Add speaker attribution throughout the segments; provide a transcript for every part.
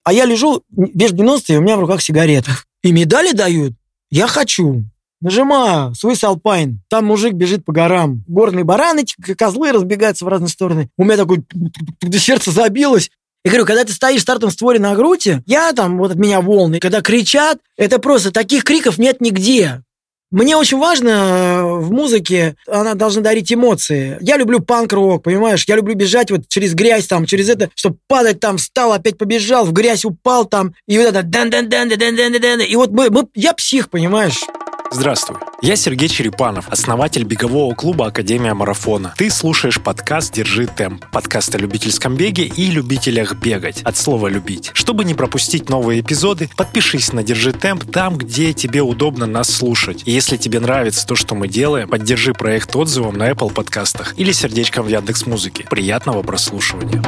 Speaker 1: А я лежу, вес 90, и у меня в руках сигарета. И медали дают. Я хочу. Нажимаю Swiss Alpine. Там мужик бежит по горам. Горные бараны, козлы разбегаются в разные стороны. У меня такое сердце забилось. И говорю, когда ты стоишь в стартовом створе на груте, я там, вот от меня волны, когда кричат, это просто таких криков нет нигде. Мне очень важно в музыке, она должна дарить эмоции. Я люблю панк-рок, понимаешь? Я люблю бежать вот через грязь, там, через это, чтобы падать там, встал, опять побежал, в грязь упал там, и вот это дан-дан-дан-дан-дан-дан-дан. И вот я псих, понимаешь?
Speaker 2: Здравствуй, я Сергей Черепанов, основатель бегового клуба «Академия марафона». Ты слушаешь подкаст «Держи темп», подкаст о любительском беге и любителях бегать, от слова «любить». Чтобы не пропустить новые эпизоды, подпишись на «Держи темп» там, где тебе удобно нас слушать. И если тебе нравится то, что мы делаем, поддержи проект отзывом на Apple подкастах или сердечком в Яндекс.Музыке. Приятного прослушивания.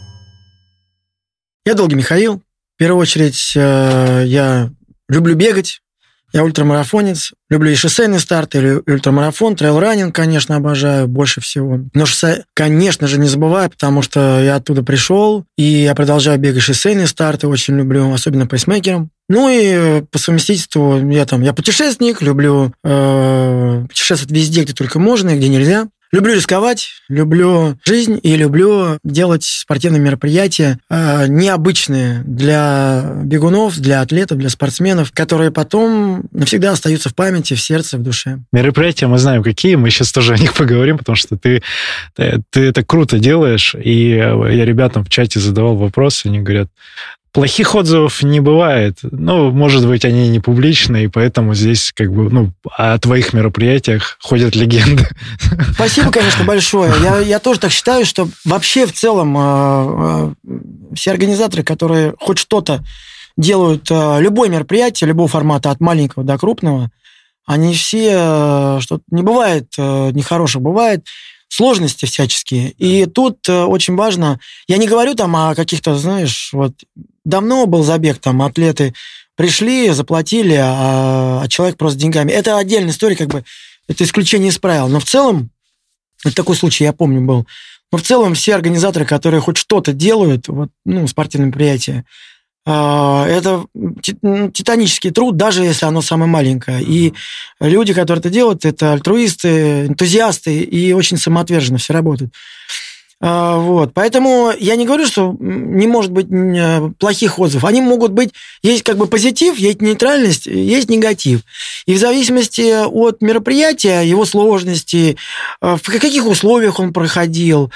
Speaker 1: Я Долгий Михаил. В первую очередь, я люблю бегать. Я ультрамарафонец, люблю и шоссейный старт, и ультрамарафон, трейл-раннинг, конечно, обожаю больше всего. Но шоссе, конечно же, не забываю, потому что я оттуда пришел, и я продолжаю бегать шоссейные старты, очень люблю, особенно пейсмейкером. Ну и по совместительству я путешественник, люблю путешествовать везде, где только можно и где нельзя. Люблю рисковать, люблю жизнь и люблю делать спортивные мероприятия необычные для бегунов, для атлетов, для спортсменов, которые потом навсегда остаются в памяти, в сердце, в душе.
Speaker 3: Мероприятия мы знаем какие, мы сейчас тоже о них поговорим, потому что ты это круто делаешь, и я ребятам в чате задавал вопрос, они говорят, плохих отзывов не бывает. Ну, может быть, они не публичные, и поэтому здесь о твоих мероприятиях ходят легенды.
Speaker 1: Спасибо, конечно, большое. Я тоже так считаю, что вообще в целом все организаторы, которые хоть что-то делают, любое мероприятие, любого формата, от маленького до крупного, они все, что не бывает нехороших, бывает сложности всяческие. И тут очень важно, я не говорю там о каких-то, знаешь, вот давно был забег, там атлеты пришли, заплатили, а человек просто деньгами. Это отдельная история, это исключение из правил. Но в целом, это такой случай, я помню, был. Но в целом все организаторы, которые хоть что-то делают, спортивные мероприятия, это титанический труд, даже если оно самое маленькое. И люди, которые это делают, это альтруисты, энтузиасты и очень самоотверженно все работают. Поэтому я не говорю, что не может быть плохих отзывов. Они могут быть, есть позитив, есть нейтральность, есть негатив. И в зависимости от мероприятия, его сложности, в каких условиях он проходил,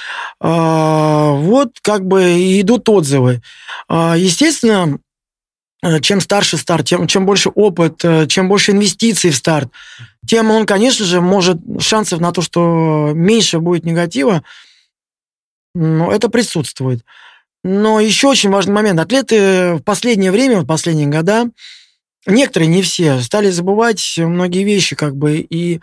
Speaker 1: идут отзывы. Естественно, чем старше старт, чем больше опыт, чем больше инвестиций в старт, тем он, конечно же, шансов на то, что меньше будет негатива, это присутствует. Но еще очень важный момент. Атлеты в последнее время, в последние года, некоторые, не все, стали забывать многие вещи, и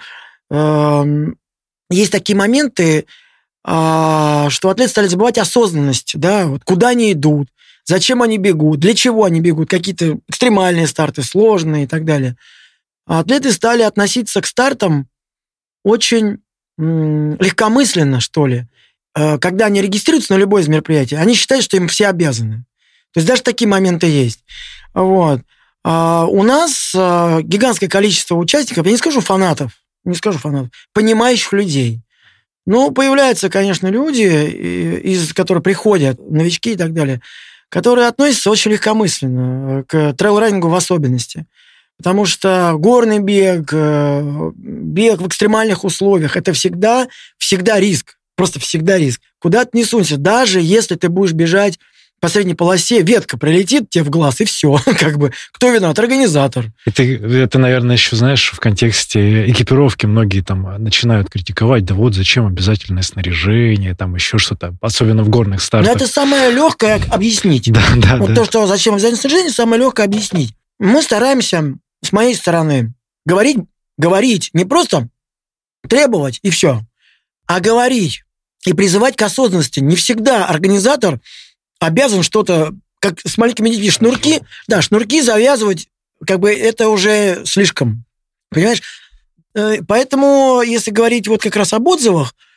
Speaker 1: есть такие моменты, что атлеты стали забывать осознанность, куда они идут, зачем они бегут, для чего они бегут, какие-то экстремальные старты, сложные и так далее. Атлеты стали относиться к стартам очень легкомысленно, что ли. Когда они регистрируются на любое из мероприятий, они считают, что им все обязаны. То есть даже такие моменты есть. У нас гигантское количество участников, я не скажу фанатов, понимающих людей. Но появляются, конечно, люди, которые приходят, новички и так далее, которые относятся очень легкомысленно к трейл-раннингу в особенности. Потому что горный бег в экстремальных условиях – это всегда риск. Просто всегда риск. Куда ты не сунься, даже если ты будешь бежать по средней полосе, ветка прилетит тебе в глаз, и все. Кто виноват? Организатор.
Speaker 3: Это, наверное, еще, знаешь, в контексте экипировки многие там начинают критиковать, зачем обязательное снаряжение, еще что-то, особенно в горных стартах.
Speaker 1: Но это самое легкое объяснить. То, что зачем обязательное снаряжение, самое легкое объяснить. Мы стараемся, с моей стороны, говорить, не просто требовать и все, а говорить и призывать к осознанности. Не всегда организатор обязан что-то, как с маленькими детьми, шнурки завязывать, это уже слишком. Понимаешь? Поэтому, если говорить как раз об отзывах,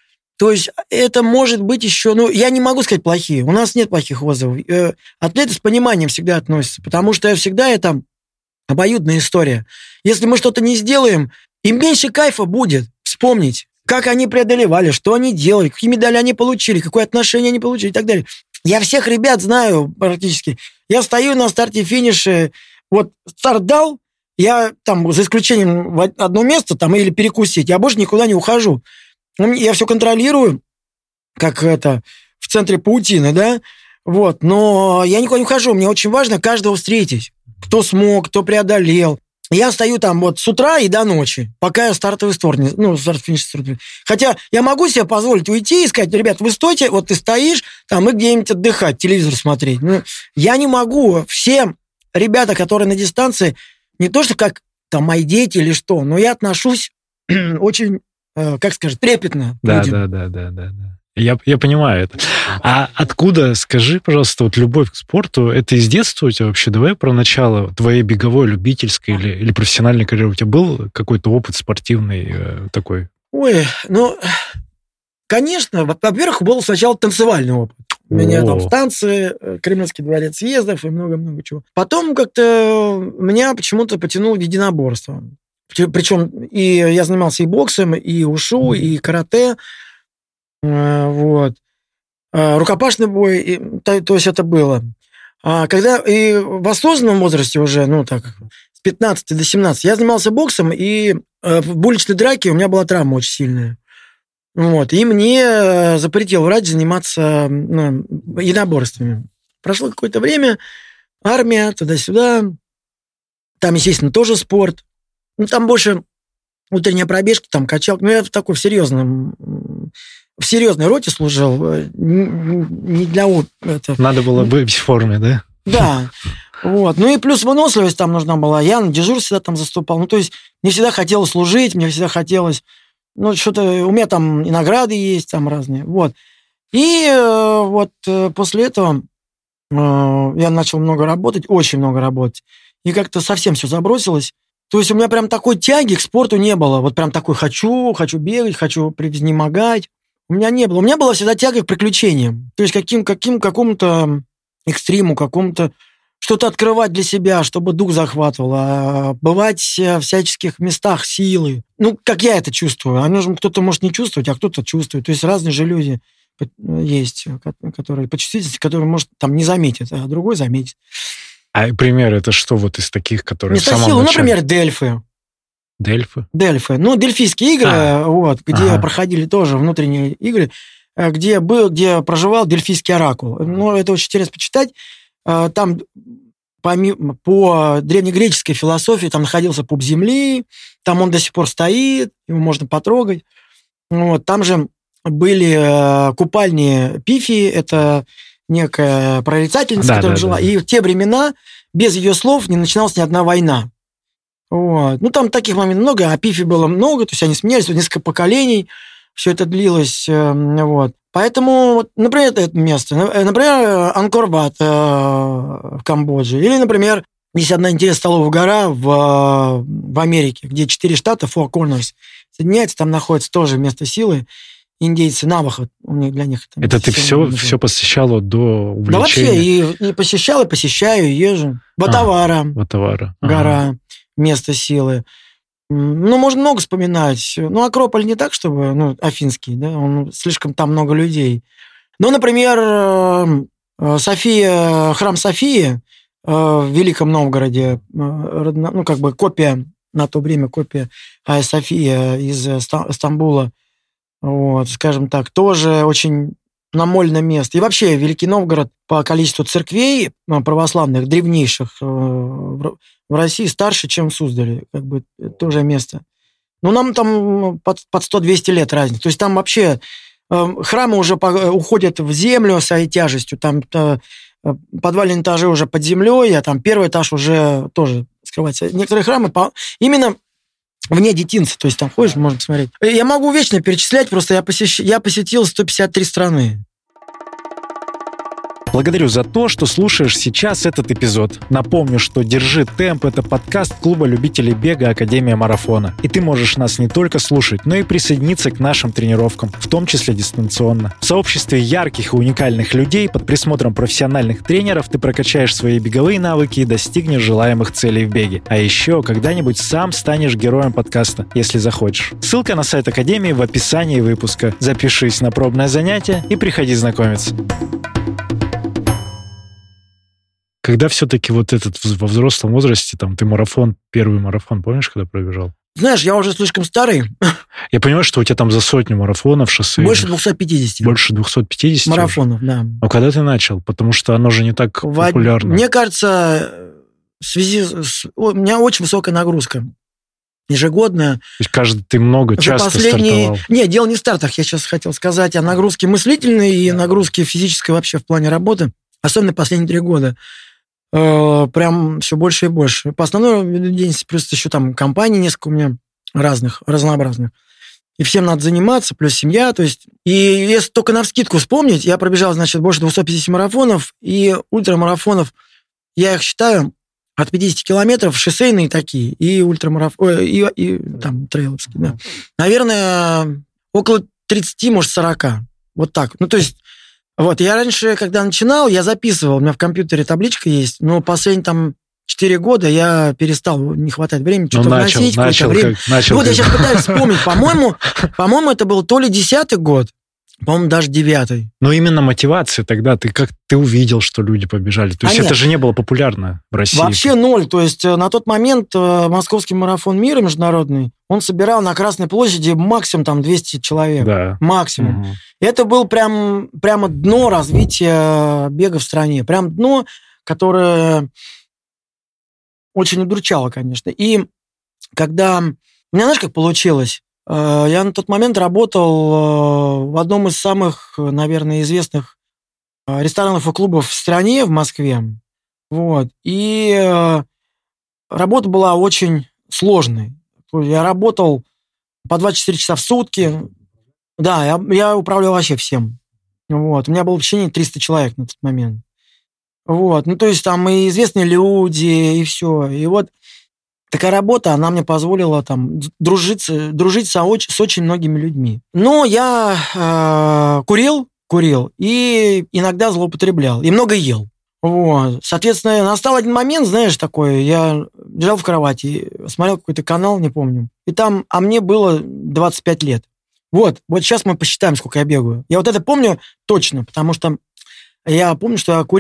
Speaker 1: То есть это может быть еще... Ну, я не могу сказать плохие. У нас нет плохих отзывов. Атлеты с пониманием всегда относятся, потому что всегда это обоюдная история. Если мы что-то не сделаем, им меньше кайфа будет вспомнить, как они преодолевали, что они делали, какие медали они получили, какое отношение они получили и так далее. Я всех ребят знаю практически. Я стою на старте-финише, вот старт дал, я там, за исключением в одно место там или перекусить, я больше никуда не ухожу. Я все контролирую, как это, в центре паутины, да, вот, но я никуда не ухожу, мне очень важно каждого встретить, кто смог, кто преодолел. Я стою там вот с утра и до ночи, пока я стартовый створ, старт-финиш. Хотя я могу себе позволить уйти и сказать: ребят, вы стойте, вот ты стоишь, там, и где-нибудь отдыхать, телевизор смотреть. Я не могу. Все ребята, которые на дистанции, не то что как там мои дети или что, но я отношусь очень, как скажем, трепетно к людям.
Speaker 3: Да. Я понимаю это. А откуда, скажи, пожалуйста, вот любовь к спорту, это из детства у тебя вообще? Давай про начало твоей беговой, любительской или профессиональной карьеры. У тебя был какой-то опыт спортивный такой?
Speaker 1: Ой, ну, конечно. Во-первых, был сначала танцевальный опыт. У меня там в танцы, Кремлевский дворец съездов и много-много чего. Потом как-то меня почему-то потянуло в единоборство. Причем и я занимался и боксом, и ушу, и карате. Вот. Рукопашный бой, то есть это было. Когда и в осознанном возрасте уже, ну так, с 15 до 17, я занимался боксом, и в уличной драке у меня была травма очень сильная. Вот. И мне запретил врач заниматься единоборствами. Прошло какое-то время, армия, туда-сюда. Там, естественно, тоже спорт. Ну, там больше утренние пробежки, там качалка. Ну, я в серьезной роте служил, не для... Это...
Speaker 3: Надо было быть в форме, да?
Speaker 1: Да. Вот. Ну и плюс выносливость там нужна была. Я на дежур всегда там заступал. Ну, то есть мне всегда хотелось служить, мне всегда хотелось... Ну, что-то... У меня там и награды есть там разные. Вот. И вот после этого я начал много работать, очень много работать. И как-то совсем все забросилось. То есть у меня прям такой тяги к спорту не было. Вот прям такой хочу бегать, хочу превознемогать. У меня не было. У меня была всегда тяга к приключениям. То есть какому-то экстриму, какому-то что-то открывать для себя, чтобы дух захватывало, бывать в всяческих местах силы. Ну, как я это чувствую. Кто-то может не чувствовать, а кто-то чувствует. То есть разные же люди есть, которые по чувствительности, которые, может, там не заметят, а другой заметит.
Speaker 3: А пример это что вот из таких, которые
Speaker 1: места силы, например, Дельфы. Дельфы. Ну, дельфийские игры, вот, где проходили тоже внутренние игры, где проживал дельфийский оракул. Ну, это очень интересно почитать. Там по древнегреческой философии там находился пуп земли, там он до сих пор стоит, его можно потрогать. Вот, там же были купальни Пифии, это некая прорицательница, которая жила. И в те времена без ее слов не начиналась ни одна война. Вот. Ну, там таких моментов много, а Пифи было много, то есть они смеялись, несколько поколений, все это длилось. Вот. Поэтому, например, это место. Например, Ангкор-Ват в Камбодже. Или, например, есть одна интересная столовая гора в Америке, где 4 штата, Four Corners, соединяются, там находится тоже место силы. Индейцы, навахо, для них
Speaker 3: это ты все посещала до увлечения?
Speaker 1: Да вообще, и посещал, и посещаю, и езжу. Ватавара. Гора, место силы. Ну, можно много вспоминать. Ну, Акрополь не так, чтобы, афинский, да, слишком там много людей. Ну, например, храм Софии в Великом Новгороде, копия, на то время копия Айя София из Стамбула, вот, скажем так, тоже очень намольное место. И вообще Великий Новгород по количеству церквей православных, древнейших в России, старше, чем в Суздале. Как бы тоже место. Но нам там под 100-200 лет разница. То есть там вообще храмы уже уходят в землю своей тяжестью. Там подвальные этажи уже под землей, а там первый этаж уже тоже скрывается. Некоторые храмы именно вне детинца, то есть там ходишь, можно посмотреть. Я могу вечно перечислять, просто я посетил 153 страны.
Speaker 2: Благодарю за то, что слушаешь сейчас этот эпизод. Напомню, что «Держи темп» — это подкаст клуба любителей бега Академия Марафона. И ты можешь нас не только слушать, но и присоединиться к нашим тренировкам, в том числе дистанционно. В сообществе ярких и уникальных людей под присмотром профессиональных тренеров ты прокачаешь свои беговые навыки и достигнешь желаемых целей в беге. А еще когда-нибудь сам станешь героем подкаста, если захочешь. Ссылка на сайт Академии в описании выпуска. Запишись на пробное занятие и приходи знакомиться.
Speaker 3: Когда все-таки вот этот во взрослом возрасте, там, ты первый марафон, помнишь, когда пробежал?
Speaker 1: Знаешь, я уже слишком старый.
Speaker 3: Я понимаю, что у тебя там за 100 марафонов шоссейных.
Speaker 1: Больше 250.
Speaker 3: Больше 250?
Speaker 1: Марафонов, да.
Speaker 3: Но когда ты начал? Потому что оно же не так популярно.
Speaker 1: Мне кажется, в связи у меня очень высокая нагрузка. Ежегодная.
Speaker 3: То есть ты много, часто стартовал?
Speaker 1: Нет, дело не в стартах. Я сейчас хотел сказать о нагрузке мыслительной и нагрузке физической вообще в плане работы. Особенно последние 3 года. Прям все больше и больше. По основной деятельности, плюс еще там компаний несколько у меня разнообразных. И всем надо заниматься, плюс семья. То есть, и если только навскидку вспомнить, я пробежал, значит, больше 250 марафонов, и ультрамарафонов, я их считаю, от 50 километров, шоссейные такие, и ультрамарафон, и там трейловские, да. Наверное, около 30, может, 40. Вот так. Ну, то есть, вот, я раньше, когда начинал, я записывал, у меня в компьютере табличка есть, но последние там 4 года я перестал, не хватает времени, что-то вносить, какое-то время. Вот я сейчас пытаюсь вспомнить, по-моему, это был то ли 10-й год, по-моему, даже 9-й.
Speaker 3: Но именно мотивация тогда, ты увидел, что люди побежали? То есть это же не было популярно в России?
Speaker 1: Вообще ноль. То есть на тот момент Московский марафон мира международный, он собирал на Красной площади максимум там 200 человек.
Speaker 3: Да.
Speaker 1: Максимум.
Speaker 3: Угу.
Speaker 1: Это был прямо дно развития бега в стране. Прям дно, которое очень удручало, конечно. И когда... У меня, знаешь, как получилось? Я на тот момент работал в одном из самых, наверное, известных ресторанов и клубов в стране, в Москве. Вот. И работа была очень сложной. Я работал по 24 часа в сутки. Да, я управлял вообще всем. Вот. У меня было в подчинении 300 человек на тот момент. Вот. Ну, то есть там и известные люди, и все. И вот такая работа, она мне позволила там дружить с очень многими людьми. Но я курил и иногда злоупотреблял, и много ел. Вот. Соответственно, настал один момент, знаешь, такой, я лежал в кровати, смотрел какой-то канал, не помню, и там, а мне было 25 лет. Вот сейчас мы посчитаем, сколько я бегаю. Я вот это помню точно, потому что я помню, что я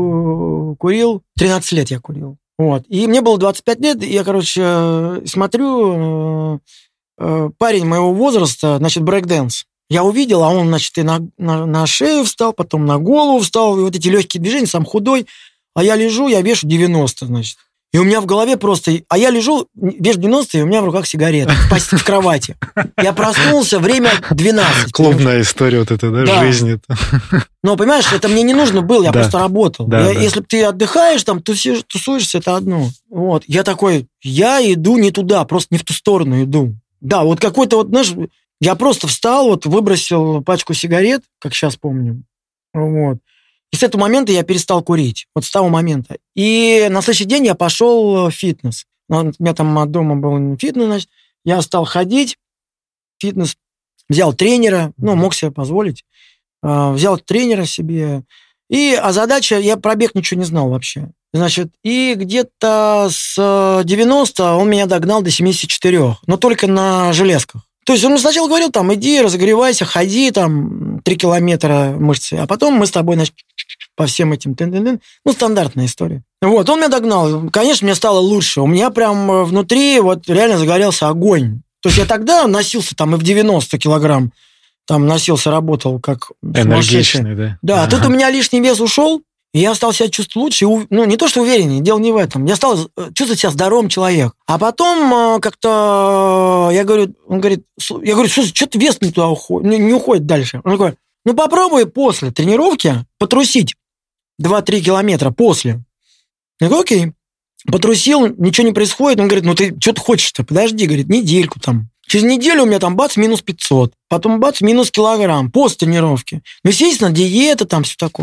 Speaker 1: курил 13 лет я курил. Вот. И мне было 25 лет, и я, смотрю, парень моего возраста, значит, брейк-дэнс. Я увидел, а он, значит, и на шею встал, потом на голову встал, и вот эти легкие движения, сам худой, а я лежу, я вешу 90, значит. И у меня в голове просто... А я лежу, вешу 90, и у меня в руках сигарета в кровати. Я проснулся, время 12.
Speaker 3: Клубная история вот эта, да, жизни.
Speaker 1: Но, понимаешь, это мне не нужно было, я просто работал. Если ты отдыхаешь, там, тусуешься, это одно. Вот. Я такой, я иду не туда, просто не в ту сторону иду. Да, вот какой-то вот, знаешь, я просто встал, вот, выбросил пачку сигарет, как сейчас помню. Вот. И с этого момента я перестал курить. Вот с того момента. И на следующий день я пошел в фитнес. У меня там от дома был фитнес, значит. Я стал ходить в фитнес, взял тренера, мог себе позволить. Взял тренера себе. А задача, я про бег ничего не знал вообще. Значит, и где-то с 90 он меня догнал до 74, но только на железках. То есть он мне сначала говорил, там, иди, разогревайся, ходи, там, 3 километра мышцы, а потом мы с тобой, значит, по всем этим, стандартная история. Вот, он меня догнал. Конечно, мне стало лучше. У меня прям внутри вот реально загорелся огонь. То есть я тогда носился там и в 90 килограмм, там носился, работал как
Speaker 3: энергичный, да?
Speaker 1: Да, тут у меня лишний вес ушел, и я стал себя чувствовать лучше. Не то, что увереннее, дело не в этом. Я стал чувствовать себя здоровым человеком. А потом как-то я говорю, слушай, что ты вес не туда уходит, не уходит дальше? Он такой, попробуй после тренировки потрусить 2-3 километра после. Я говорю, окей. Потрусил, ничего не происходит. Он говорит, ты что ты хочешь-то? Подожди, говорит, недельку там. Через неделю у меня там бац, минус 500. Потом бац, минус килограмм после тренировки. Естественно, диета там, все такое.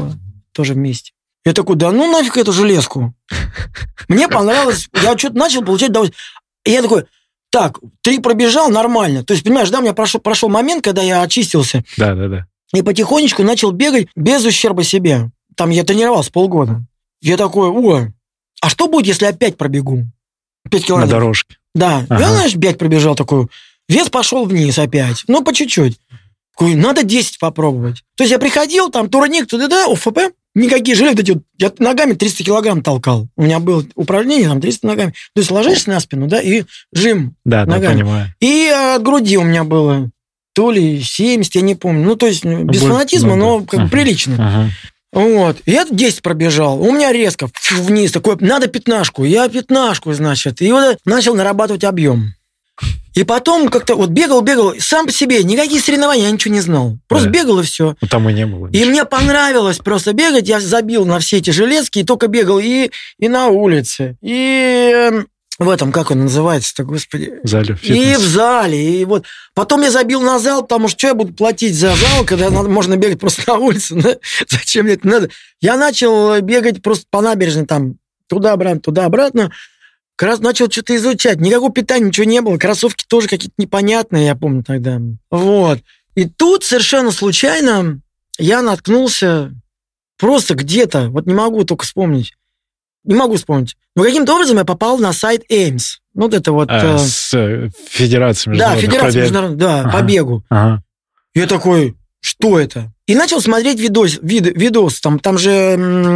Speaker 1: тоже вместе. Я такой, да ну нафиг эту железку. Мне понравилось, я что-то начал получать удовольствие. И я такой, так, 3 пробежал, нормально. То есть, понимаешь, да, у меня прошел момент, когда я очистился.
Speaker 3: Да.
Speaker 1: И потихонечку начал бегать без ущерба себе. Там я тренировался полгода. Я такой, а что будет, если опять пробегу? 5 километров.
Speaker 3: На дорожке.
Speaker 1: Да.
Speaker 3: Ага.
Speaker 1: Я, знаешь, 5 пробежал такой. Вес пошел вниз опять. Ну, по чуть-чуть. Такой, надо 10 попробовать. То есть я приходил, там, турник, туда-да, ОФП, никакие железки. Я ногами 300 килограмм толкал. У меня было упражнение, там, 300 ногами. То есть ложишься на спину, да, и жим ногами.
Speaker 3: Да, понимаю.
Speaker 1: И от груди у меня было то ли 70, я не помню. Ну, то есть без фанатизма, но как бы прилично. Вот. И я 10 пробежал. У меня резко вниз такой, надо 15. Я 15, значит. И вот начал нарабатывать объем. И потом как-то вот бегал, сам по себе, никаких соревнований я ничего не знал. Просто бегал и все.
Speaker 3: Ну, там и не было.
Speaker 1: И мне понравилось просто бегать. Я забил на все эти железки и только бегал и на улице, и в этом, как он называется-то, господи?
Speaker 3: В зале,
Speaker 1: и в зале. И вот. Потом я забил на зал, потому что я буду платить за зал, когда можно бегать просто на улице. Да? Зачем мне это надо? Я начал бегать просто по набережной, там, туда-обратно. Как раз начал что-то изучать. Никакого питания, ничего не было. Кроссовки тоже какие-то непонятные, я помню тогда. Вот. И тут совершенно случайно я наткнулся просто где-то, вот не могу только вспомнить. Не могу вспомнить. Но каким-то образом я попал на сайт AIMS. Ну, вот это вот...
Speaker 3: с Федерацией международных
Speaker 1: Федерация международных, по бегу.
Speaker 3: Ага.
Speaker 1: Я такой, что это? И начал смотреть видос. Там же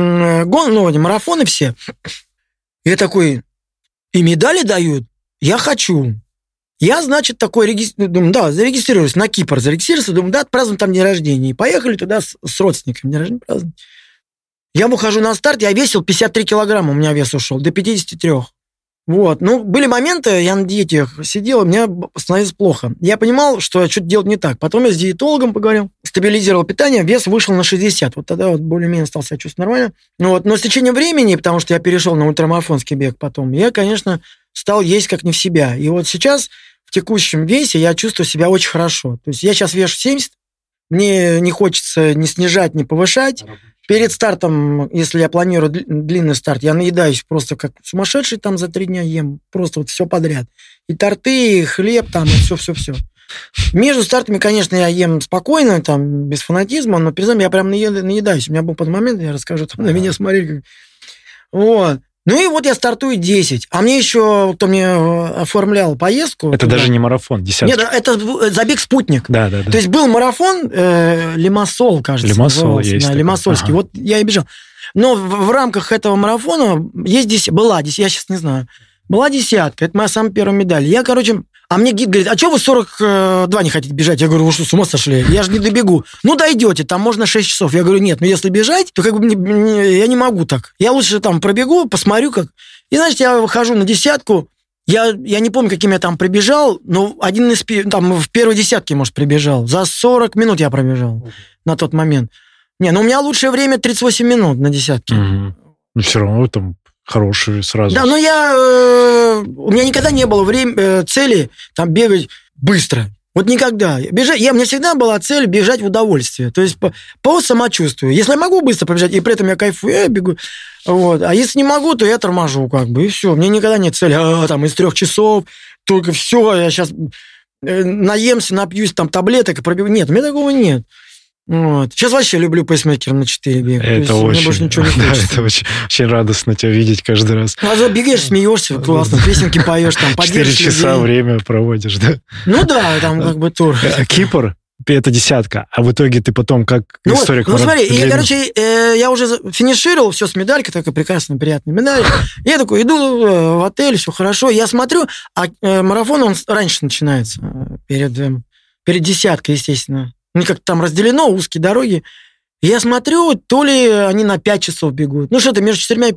Speaker 1: марафоны все. Я такой... И медали дают? Я хочу. Я, значит, такой думаю, зарегистрируюсь на Кипр. Думаю, отпразднуем там день рождения. И поехали туда с родственниками день рождения праздновать. Я выхожу на старт, я весил 53 килограмма, у меня вес ушел, до 53. Вот. Ну, были моменты, я на диете сидел, и мне становилось плохо. Я понимал, что я что-то делать не так. Потом я с диетологом поговорил, стабилизировал питание, вес вышел на 60. Вот тогда вот более-менее стал себя чувствовать нормально. Ну, вот. Но с течением времени, потому что я перешел на ультрамарафонский бег потом, я, конечно, стал есть как не в себя. И вот сейчас в текущем весе я чувствую себя очень хорошо. То есть я сейчас вешу 70, мне не хочется ни снижать, ни повышать. Перед стартом, если я планирую длинный старт, я наедаюсь просто как сумасшедший, там за 3 дня ем, просто вот все подряд. И торты, и хлеб, там, и все. Между стартами, конечно, я ем спокойно, там, без фанатизма, но перед этим я прям наедаюсь. У меня был под момент, я расскажу, там, на меня смотрели. Вот. Ну и вот я стартую 10. А мне еще, кто мне оформлял поездку...
Speaker 3: Это даже не марафон, 10.
Speaker 1: Нет, это забег «Спутник».
Speaker 3: Да.
Speaker 1: То есть был марафон Лимассол, кажется.
Speaker 3: Лимассол есть.
Speaker 1: Да, Лимассольский. Ага. Вот я и бежал. Но в рамках этого марафона была 10, я сейчас не знаю. Была 10. Это моя самая первая медаль. Я, а мне гид говорит, а что вы 42 не хотите бежать? Я говорю, вы что, с ума сошли? Я же не добегу. Ну, дойдете, там можно 6 часов. Я говорю, нет, если бежать, то как бы я не могу так. Я лучше там пробегу, посмотрю как. И, значит, я выхожу на 10. Я не помню, каким я там прибежал, но один из там в первой десятке, может, прибежал. За 40 минут я пробежал на тот момент. У меня лучшее время 38 минут на 10.
Speaker 3: Ну, все равно там... Хорошие сразу.
Speaker 1: Да, но у меня никогда не было цели там бегать быстро. Вот никогда. У меня всегда была цель бежать в удовольствие. То есть по самочувствию. Если я могу быстро побежать, и при этом я кайфую, я бегу. Вот. А если не могу, то я торможу как бы, и все. У меня никогда нет цели, там, из 3 часов, только все, я сейчас наемся, напьюсь там таблеток и пробегу. Нет, у меня такого нет. Вот. Сейчас вообще люблю пейсмейкером на 4 бегать.
Speaker 3: Это очень,
Speaker 1: мне больше ничего не хочется.
Speaker 3: Это очень радостно тебя видеть каждый раз.
Speaker 1: Бегаешь, смеешься, классно, песенки поешь, там,
Speaker 3: 4 часа людей. Время проводишь, да?
Speaker 1: Ну да, там как бы тур.
Speaker 3: Кипр, это 10, а в итоге ты потом как историк...
Speaker 1: Ну смотри, я уже финишировал, все с медалькой, такая прекрасная, приятная медаль. Я такой иду в отель, все хорошо. Я смотрю, а марафон, он раньше начинается, перед 10, естественно. Как-то там разделено, узкие дороги. Я смотрю, то ли они на 5 часов бегут. Ну, что-то между 4 и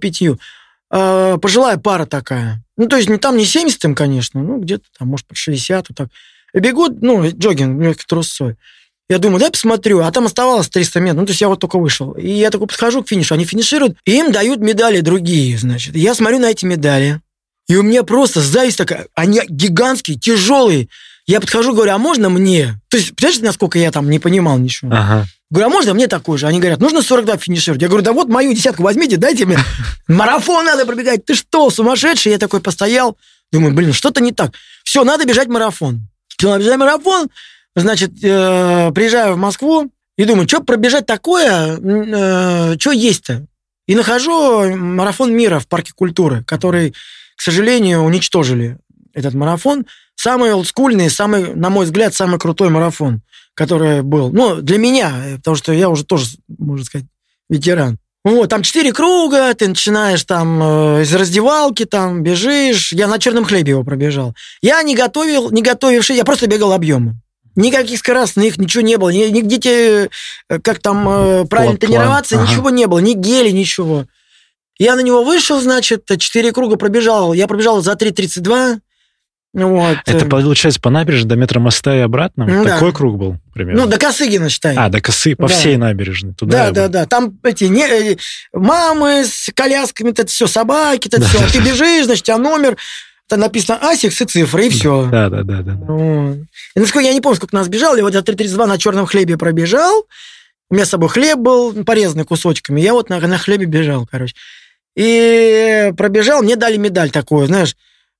Speaker 1: 5. Пожилая пара такая. Ну, то есть там не 70 им, конечно, ну, где-то там, может, под 60. Вот так. И бегут, джогинг, трусцой. Я думаю, дай посмотрю. А там оставалось 300 метров. Ну, то есть я вот только вышел. И я такой подхожу к финишу. Они финишируют, и им дают медали другие, значит. Я смотрю на эти медали. И у меня просто зависть такая. Они гигантские, тяжелые. Я подхожу, говорю, а можно мне? То есть, представляешь, насколько я там не понимал ничего?
Speaker 3: Ага.
Speaker 1: Говорю, а можно мне такой же? Они говорят, нужно 42 финишировать. Я говорю, да вот мою десятку возьмите, дайте мне. Марафон надо пробегать. Ты что, сумасшедший? Я такой постоял. Думаю, блин, что-то не так. Все, надо бежать марафон. Все, надо бежать марафон. Значит, приезжаю в Москву и думаю, что пробежать такое, что есть-то? И нахожу марафон мира в Парке культуры, который, к сожалению, уничтожили этот марафон. Самый олдскульный, самый, на мой взгляд, самый крутой марафон, который был. Ну, для меня, потому что я уже тоже, можно сказать, ветеран. Вот, там 4 круга, ты начинаешь там из раздевалки, там бежишь. Я на черном хлебе его пробежал. Я не готовивший, я просто бегал объемы. Никаких скоростных, ничего не было. Нигде тебе, как там правильно тренироваться, ничего не было. Ни гели, ничего. Я на него вышел, значит, 4 круга пробежал. Я пробежал за 3:32. Вот.
Speaker 3: Это, получается, по набережной до метромоста и обратно?
Speaker 1: Да.
Speaker 3: Такой круг был примерно?
Speaker 1: Ну, до Косыгина, считай.
Speaker 3: До Косы, по всей набережной. Туда
Speaker 1: Да. Там эти мамы с колясками, это все, собаки, это все. А ты бежишь, значит, у тебя номер, там написано асикс и цифры, и все.
Speaker 3: Да.
Speaker 1: Вот. И насколько я не помню, сколько нас бежал, я вот за 3:32 на черном хлебе пробежал. У меня с собой хлеб был, порезанный кусочками. Я вот на хлебе бежал, короче. И пробежал, мне дали медаль такую, знаешь.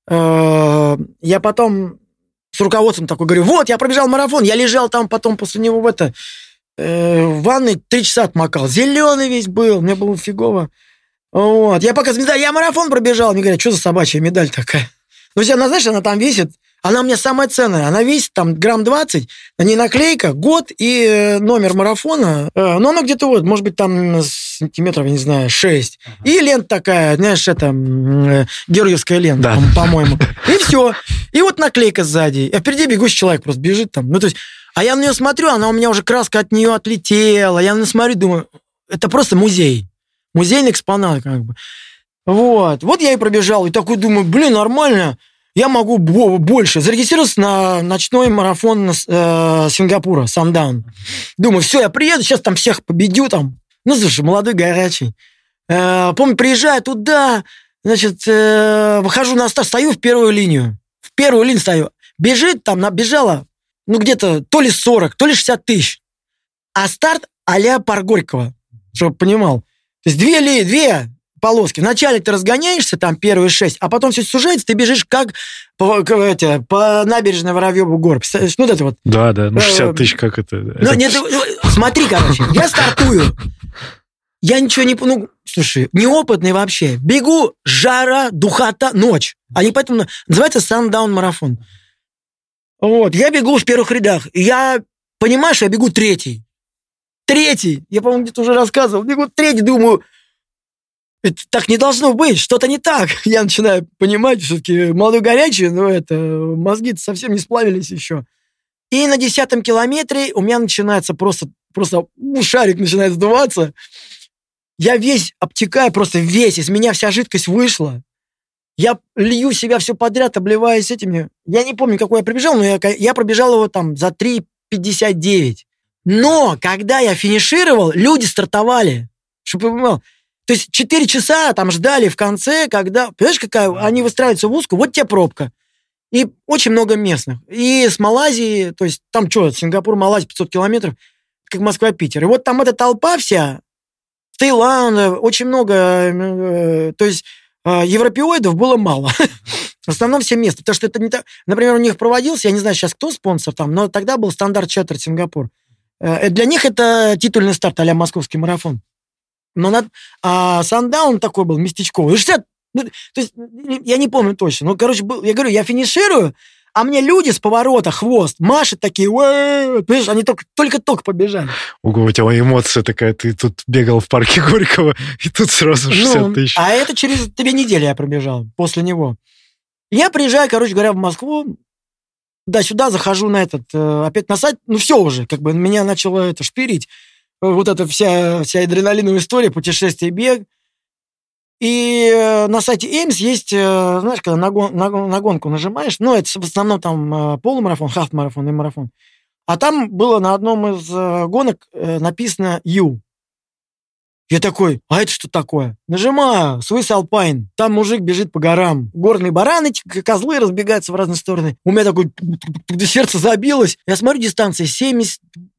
Speaker 1: Я потом с руководством такой говорю, вот, я пробежал марафон, я лежал там потом после него в ванной 3 часа отмокал, зеленый весь был, мне было фигово. Вот. Я показываю медаль, я марафон пробежал, мне говорят, что за собачья медаль такая? Ну, она, знаешь, она там весит, она у меня самая ценная, она весит там грамм 20, на ней наклейка, год и номер марафона, но она где-то вот, может быть, там сантиметров, я не знаю, 6. И лента такая, знаешь, это георгиевская лента, по-моему. И все. И вот наклейка сзади. А впереди бегущий человек просто бежит там. Ну, то есть, а я на нее смотрю, она у меня уже краска от нее отлетела. Я на нее смотрю, думаю, это просто музей. Музейный экспонат, как бы. Вот я и пробежал. И такой думаю, блин, нормально. Я могу больше. Зарегистрировался на ночной марафон Сингапура, Sundown. Думаю, все, я приеду, сейчас там всех победю там. Ну, слушай, молодой, горячий. Помню, приезжаю туда, значит, выхожу на старт, стою в первую линию. В первую линию стою. Бежит там, набежала, ну, где-то то ли 40, то ли 60 тысяч. А старт а-ля Парк Горького, чтобы понимал. То есть две полоски. Вначале ты разгоняешься, там первые 6, а потом все сужается, ты бежишь как по набережной Воробьевых гор. Представляешь? Ну, вот это вот.
Speaker 3: Да, ну 60 тысяч, как это?
Speaker 1: Ну, нет, смотри, короче, я стартую. Я ничего не... Ну, слушай, неопытный вообще. Бегу, жара, духота, ночь. Они поэтому... Называется Sundown марафон. Вот, я бегу в первых рядах. И я, понимаешь, я бегу третий. Я, по-моему, где-то уже рассказывал. Бегу третий, думаю... Это так не должно быть, что-то не так. Я начинаю понимать, все-таки молодой горячий, но мозги-то совсем не сплавились еще. И на 10-м километре у меня начинается просто шарик начинает сдуваться. Я весь обтекаю, просто весь, из меня вся жидкость вышла. Я лью себя все подряд, обливаясь этими. Я не помню, какой я пробежал, но я пробежал его там за 3:59. Но когда я финишировал, люди стартовали. Чтобы ты понимал. То есть 4 часа там ждали в конце, когда... Понимаешь, какая... Они выстраиваются в узкую, вот тебе пробка. И очень много местных. И с Малайзии, то есть там что, Сингапур, Малайзия, 500 километров, как Москва-Питер. И вот там эта толпа вся, Таиланд, очень много... То есть европеоидов было мало. В основном все места. Потому что это не так... Например, у них проводился, я не знаю сейчас, кто спонсор там, но тогда был стандарт Чаттер Сингапур. Для них это титульный старт а-ля московский марафон. Но Sundown такой был, местечковый. 60, то есть, я не помню точно. Но, короче, я говорю, я финиширую, а мне люди с поворота, хвост, машут такие, понимаешь, они только побежали.
Speaker 3: Ого, у тебя эмоция такая, ты тут бегал в парке Горького, и тут сразу 60 тысяч.
Speaker 1: А это через 2 недели я пробежал, после него. Я приезжаю, короче говоря, в Москву, сюда захожу на опять на сайт, все уже, как бы меня начало шпирить. Вот эта вся адреналиновая история, путешествие, бег. И на сайте Эймс есть, знаешь, когда на гонку нажимаешь, это в основном там полумарафон, хаф-марафон и марафон. А там было на одном из гонок написано «You». Я такой, а это что такое? Нажимаю, Swiss Alpine, там мужик бежит по горам. Горные бараны, козлы разбегаются в разные стороны. У меня такое сердце забилось. Я смотрю, дистанция 70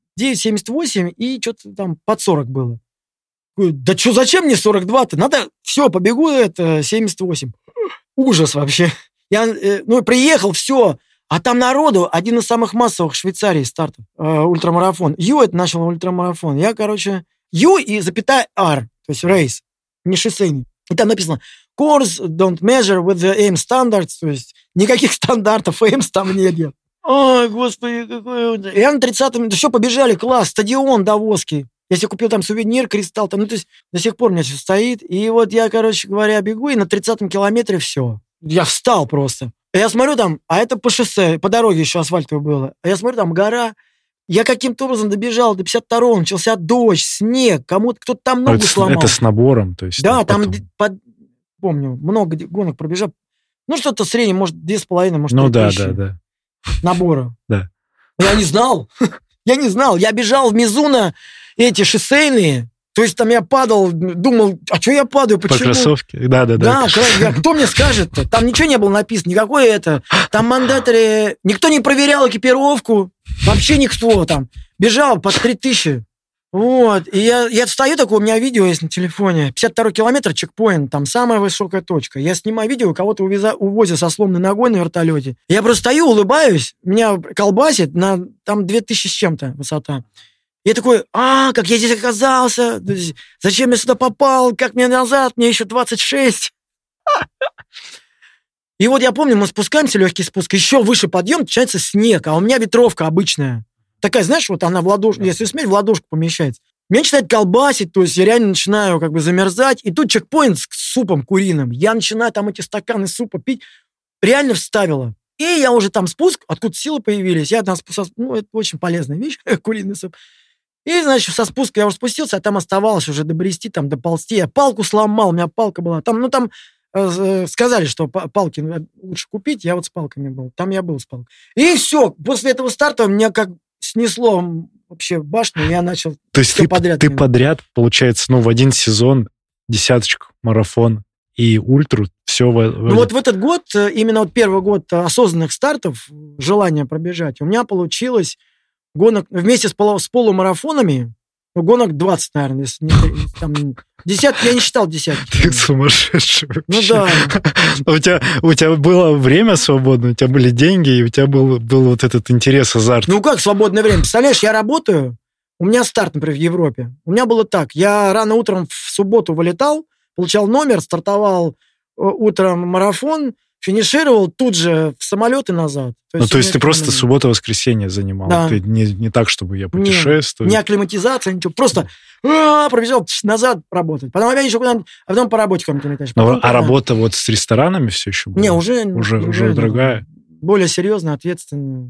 Speaker 1: 9,78 и что-то там под 40 было. Да что, зачем мне 42-то? Надо, все, побегу, это 78. Ужас вообще. Я, приехал, все. А там народу, один из самых массовых в Швейцарии стартов, ультрамарафон. Это начал ультрамарафон. Я, Ю и запятая R, то есть рейс, не шоссейный. И там написано course don't measure with the aim standards, то есть никаких стандартов AIMS там нет. Ой, господи, какой... Я на 30-м, все, побежали, класс, стадион Давосский. Я себе купил там сувенир, кристалл, там, то есть до сих пор у меня все стоит. И вот я, бегу, и на 30-м километре все. Я встал просто. Я смотрю там, а это по шоссе, по дороге еще асфальтовое было. А я смотрю, там гора. Я каким-то образом добежал до 52-го, начался дождь, снег, кто-то там ногу сломал.
Speaker 3: Это с набором, то есть.
Speaker 1: Да, там, помню, много гонок пробежал. Что-то среднее, может, 2,5, может, 3 тысячи.
Speaker 3: Да.
Speaker 1: Набора.
Speaker 3: Да.
Speaker 1: Я не знал. Я бежал в Мизуно, эти шоссейные. То есть там я падал, думал, а что я падаю, почему?
Speaker 3: По кроссовке, да.
Speaker 1: Да, кто мне скажет-то? Там ничего не было написано, никакое это. Там мандатори, никто не проверял экипировку, вообще никто там. Бежал под 3000. Вот, и я встаю такой, у меня видео есть на телефоне, 52-й километр, чекпоинт, там самая высокая точка. Я снимаю видео, кого-то увозят со сломанной ногой на вертолете. Я просто стою, улыбаюсь, меня колбасит, там 2000 с чем-то высота. Я такой, как я здесь оказался, зачем я сюда попал, как мне назад, мне еще 26. И вот я помню, мы спускаемся, легкий спуск, еще выше подъем, начинается снег, а у меня ветровка обычная. Такая, знаешь, вот она в ладошку, если смерть, в ладошку помещается. Меня начинает колбасить, то есть я реально начинаю замерзать. И тут чекпоинт с супом куриным. Я начинаю там эти стаканы супа пить. Реально вставила. И я уже там спуск, откуда силы появились. Я там спускался, это очень полезная вещь, куриный суп. И, значит, со спуска я уже спустился, а там оставалось уже добрести, там, доползти. Я палку сломал, у меня палка была. Там сказали, что палки лучше купить. Я вот с палками был. Там я был с палкой. И все. После этого старта меня снесло вообще башню, я начал
Speaker 3: то есть
Speaker 1: все подряд.
Speaker 3: Ты подряд, получается, в один сезон десяточку, марафон и ультру, все
Speaker 1: вот в этот год, именно первый год осознанных стартов, желания пробежать, у меня получилось гонок вместе с полумарафонами, гонок 20, наверное, если там, десятки, я не считал десятки.
Speaker 3: Ты сумасшедший вообще.
Speaker 1: Да.
Speaker 3: У тебя было время свободное, у тебя были деньги, и у тебя был вот этот интерес, азарт.
Speaker 1: Как свободное время? Представляешь, я работаю, у меня старт, например, в Европе. У меня было так, я рано утром в субботу вылетал, получал номер, стартовал утром марафон, финишировал тут же в самолет и назад.
Speaker 3: То есть ты просто суббота-воскресенье занимал? Да. Ты не так, чтобы я путешествую?
Speaker 1: Не акклиматизация, ничего. Просто пробежал назад работать. Потом опять еще куда-нибудь, а потом по работе кому-то летаешь.
Speaker 3: А работа вот с ресторанами все еще была?
Speaker 1: Не, уже
Speaker 3: другая?
Speaker 1: Более серьезная, ответственная.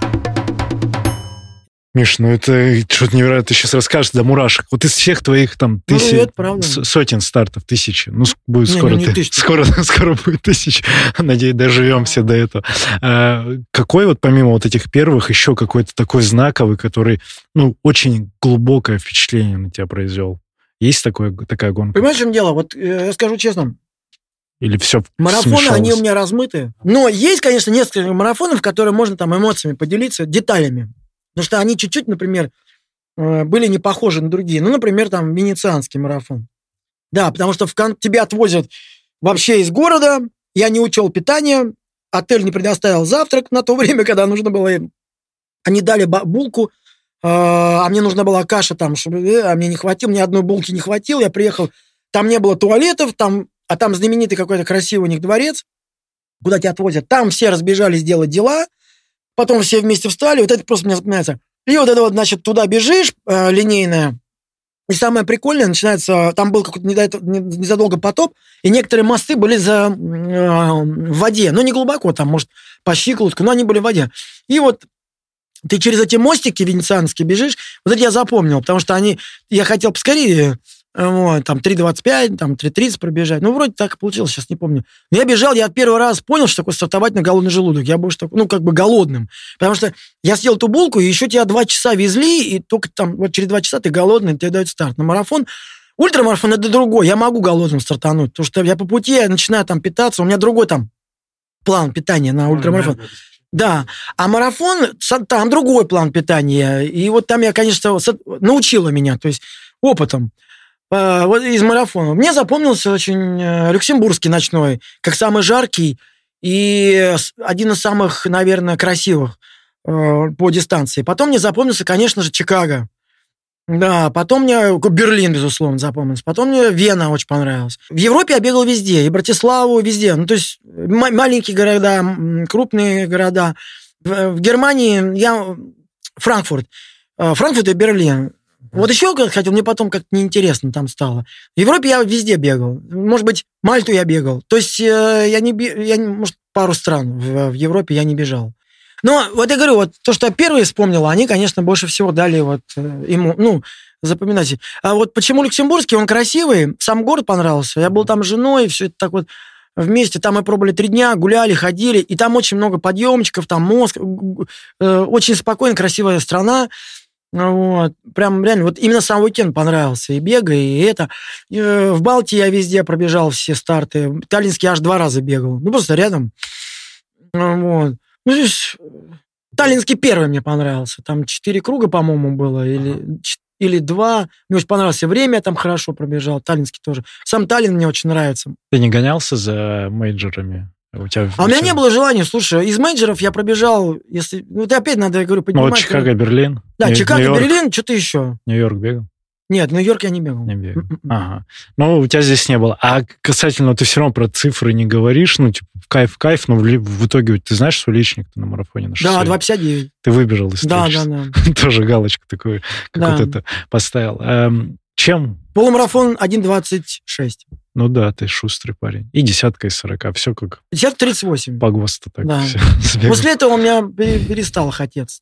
Speaker 3: Миш, это что-то невероятно. Ты сейчас расскажешь до мурашек. Вот из всех твоих там сотен стартов, тысячи. Будет скоро будет 1000. Надеюсь, доживем все до этого. Какой вот помимо вот этих первых еще какой-то такой знаковый, который, очень глубокое впечатление на тебя произвел? Есть такая гонка?
Speaker 1: Понимаешь, в чем дело? Вот я скажу честно.
Speaker 3: Или все
Speaker 1: марафоны,
Speaker 3: смешалось?
Speaker 1: Они у меня размыты. Но есть, конечно, несколько марафонов, которые можно там эмоциями поделиться, деталями. Потому что они чуть-чуть, например, были не похожи на другие. Например, там венецианский марафон. Да, потому что тебя отвозят вообще из города, я не учел питание, отель не предоставил завтрак на то время, когда нужно было им. Они дали булку, а мне нужна была каша там, а мне не хватило, мне одной булки не хватило, я приехал, там не было туалетов, там знаменитый какой-то красивый у них дворец, куда тебя отвозят. Там все разбежались делать дела, потом все вместе встали, вот это просто мне запоминается. И вот это вот, значит, туда бежишь, линейная, и самое прикольное начинается, там был какой-то незадолго потоп, и некоторые мосты были в воде, не глубоко, там, может, по щиколотку, но они были в воде. И вот ты через эти мостики венецианские бежишь, вот это я запомнил, потому что я хотел поскорее, там 3:25, там 3:30 пробежать. Вроде так и получилось, сейчас не помню. Но я бежал, я первый раз понял, что такое стартовать на голодный желудок. Я был голодным. Потому что я съел ту булку, и еще тебя 2 часа везли, и только там вот через 2 часа ты голодный, тебе дают старт. На марафон, ультрамарафон это другой. Я могу голодным стартануть, потому что я по пути начинаю там питаться, у меня другой там план питания на ультрамарафон. Да, а марафон, там другой план питания. И вот там я, конечно, научила меня, то есть опытом. Вот из марафона. Мне запомнился очень Люксембургский ночной, как самый жаркий и один из самых, наверное, красивых по дистанции. Потом мне запомнился, конечно же, Чикаго. Да, потом мне Берлин, безусловно, запомнился. Потом мне Вена очень понравилась. В Европе я бегал везде, и Братиславу, везде. Ну, то есть маленькие города, крупные города. В Германии я... Франкфурт и Берлин. Вот еще хотел, мне потом как-то неинтересно там стало. В Европе я везде бегал. Может быть, Мальту я бегал. То есть может, пару стран в Европе я не бежал. Но вот я говорю, вот то, что я первые вспомнил, они, конечно, больше всего дали вот ему, запоминать. А вот почему Люксембургский, он красивый, сам город понравился. Я был там с женой, все это так вот вместе. Там мы пробовали 3 дня, гуляли, ходили, и там очень много подъемчиков, там мозг, очень спокойная, красивая страна. Вот. Прям реально, вот именно сам уикенд понравился. И бега, и это. И в Балтии я везде пробежал все старты. Таллинский аж 2 раза бегал. Ну, просто рядом. Вот. Ну, здесь Таллинский первый мне понравился. Там 4 круга, по-моему, было. Или 2. Мне очень понравилось время, я там хорошо пробежал. Таллинский тоже. Сам Таллин мне очень нравится.
Speaker 3: Ты не гонялся за мейджорами?
Speaker 1: У меня не было желания. Слушай, из мейджоров я пробежал, если... Ну, это опять надо, я говорю, поднимать...
Speaker 3: Ну, вот Чикаго, Берлин.
Speaker 1: Да, Чикаго, Берлин, что-то еще.
Speaker 3: Нью-Йорк бегал?
Speaker 1: Нет, Нью-Йорк я не бегал.
Speaker 3: Не бегал. Ага. Ну, у тебя здесь не было. А касательно, ты все равно про цифры не говоришь, ну, типа, в кайф, но в итоге ты знаешь свой личник-то на марафоне? На 600?
Speaker 1: Да, 2:59.
Speaker 3: Ты выбежал из
Speaker 1: Да.
Speaker 3: Тоже галочку такую, как вот это поставил. Чем?
Speaker 1: Полумарафон 1:26.
Speaker 3: Ну да, ты шустрый парень. И 10 из 40. Все как...
Speaker 1: 10:38.
Speaker 3: По ГОСТу так.
Speaker 1: Да.
Speaker 3: Все
Speaker 1: После этого у меня перестал хотеться.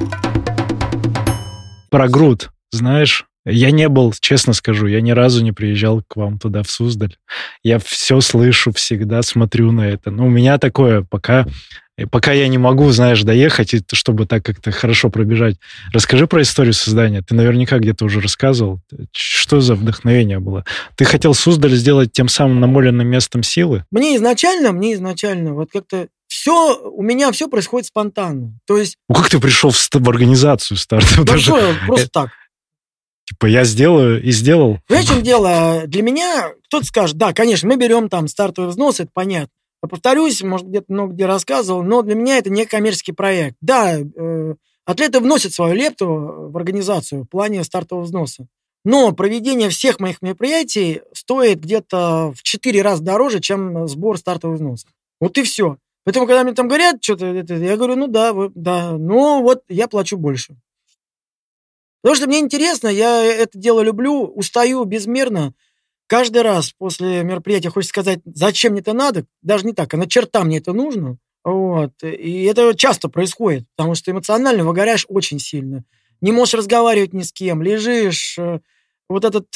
Speaker 3: Про груд, знаешь, я не был, честно скажу, я ни разу не приезжал к вам туда, в Суздаль. Я все слышу, всегда смотрю на это. Но у меня такое, пока я не могу, знаешь, доехать, чтобы так как-то хорошо пробежать. Расскажи про историю создания. Ты наверняка где-то уже рассказывал. Что за вдохновение было? Ты хотел Суздаль сделать тем самым намоленным местом силы?
Speaker 1: Мне изначально, вот как-то у меня все происходит спонтанно. То есть...
Speaker 3: Ну, как ты пришел в организацию старта?
Speaker 1: Да что, просто так.
Speaker 3: Типа, я сделаю и сделал.
Speaker 1: Знаешь, в чем дело? Для меня кто-то скажет, да, конечно, мы берем там стартовый взнос, это понятно. Я повторюсь, может, где-то много где рассказывал, но для меня это не коммерческий проект. Да, атлеты вносят свою лепту в организацию в плане стартового взноса. Но проведение всех моих мероприятий стоит где-то в 4 раза дороже, чем сбор стартового взноса. Вот и все. Поэтому, когда мне там говорят что-то, я говорю, ну да, но вот я плачу больше. Потому что мне интересно, я это дело люблю, устаю безмерно. Каждый раз после мероприятия хочется сказать, зачем мне это надо, даже не так, а на черта мне это нужно. Вот. И это часто происходит, потому что эмоционально выгораешь очень сильно. Не можешь разговаривать ни с кем, лежишь. Вот этот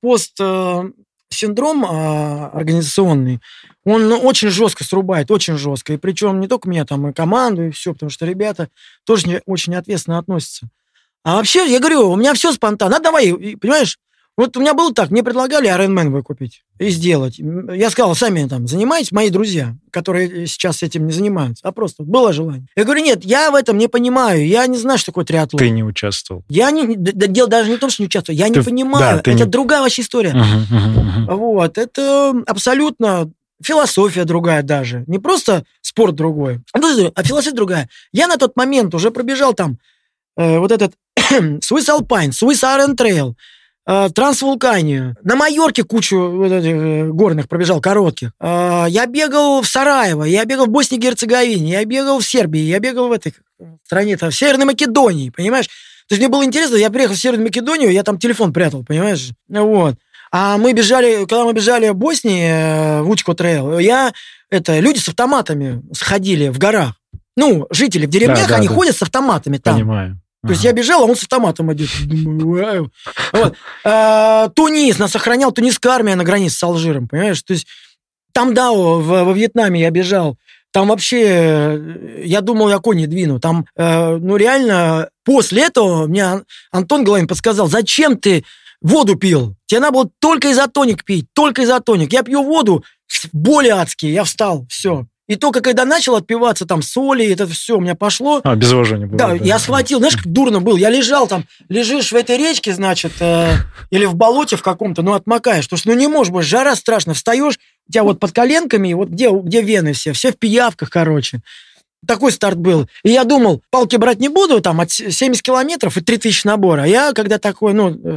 Speaker 1: пост-синдром организационный, он очень жестко срубает, очень жестко. И причем не только меня, там и команду, и все, потому что ребята тоже очень ответственно относятся. А вообще, я говорю, у меня все спонтанно. Давай, понимаешь, вот у меня было так, мне предлагали Ironman выкупить и сделать. Я сказал, сами там занимайтесь, мои друзья, которые сейчас этим не занимаются, а просто было желание. Я говорю, нет, я в этом не понимаю, я не знаю, что такое триатлон.
Speaker 3: Ты не участвовал?
Speaker 1: Дело даже не в том, что не участвовал, я не понимаю, это другая вообще история. Вот, это абсолютно философия другая даже, не просто спорт другой, а философия другая. Я на тот момент уже пробежал там вот этот Swiss Alpine, Swiss Iron Trail, Трансвулканию. На Майорке кучу горных пробежал, коротких. Я бегал в Сараево, я бегал в Боснии и Герцеговине, я бегал в Сербии, я бегал в этой стране, в Северной Македонии, понимаешь? То есть мне было интересно, я приехал в Северную Македонию, я там телефон прятал, понимаешь? Вот. А когда мы бежали в Боснии, в Учко Трейл, люди с автоматами сходили в горах. Ну, жители в деревнях, они ходят с автоматами там.
Speaker 3: Понимаю.
Speaker 1: То есть я бежал, а он с автоматом идет. Думаю, вот. Тунис, нас охранял тунисская армия на границе с Алжиром, понимаешь? То есть там, да, во Вьетнаме я бежал, там вообще, я думал, я конь не двину. Там, реально, после этого мне Антон Головин подсказал, зачем ты воду пил? Тебе надо было только изотоник пить, только изотоник. Я пью воду, боли адские, я встал, все. И только когда начал отпиваться там соли, это все у меня пошло.
Speaker 3: Обезвоживание было.
Speaker 1: Да, я схватил, знаешь, как дурно был. Я лежал там, лежишь в этой речке, значит, или в болоте в каком-то, отмокаешь. Потому что, не можешь больше, жара страшно. Встаешь, у тебя вот под коленками, вот где вены все в пиявках, короче. Такой старт был. И я думал, палки брать не буду, там, от 70 километров и 3000 набора. Я когда такой,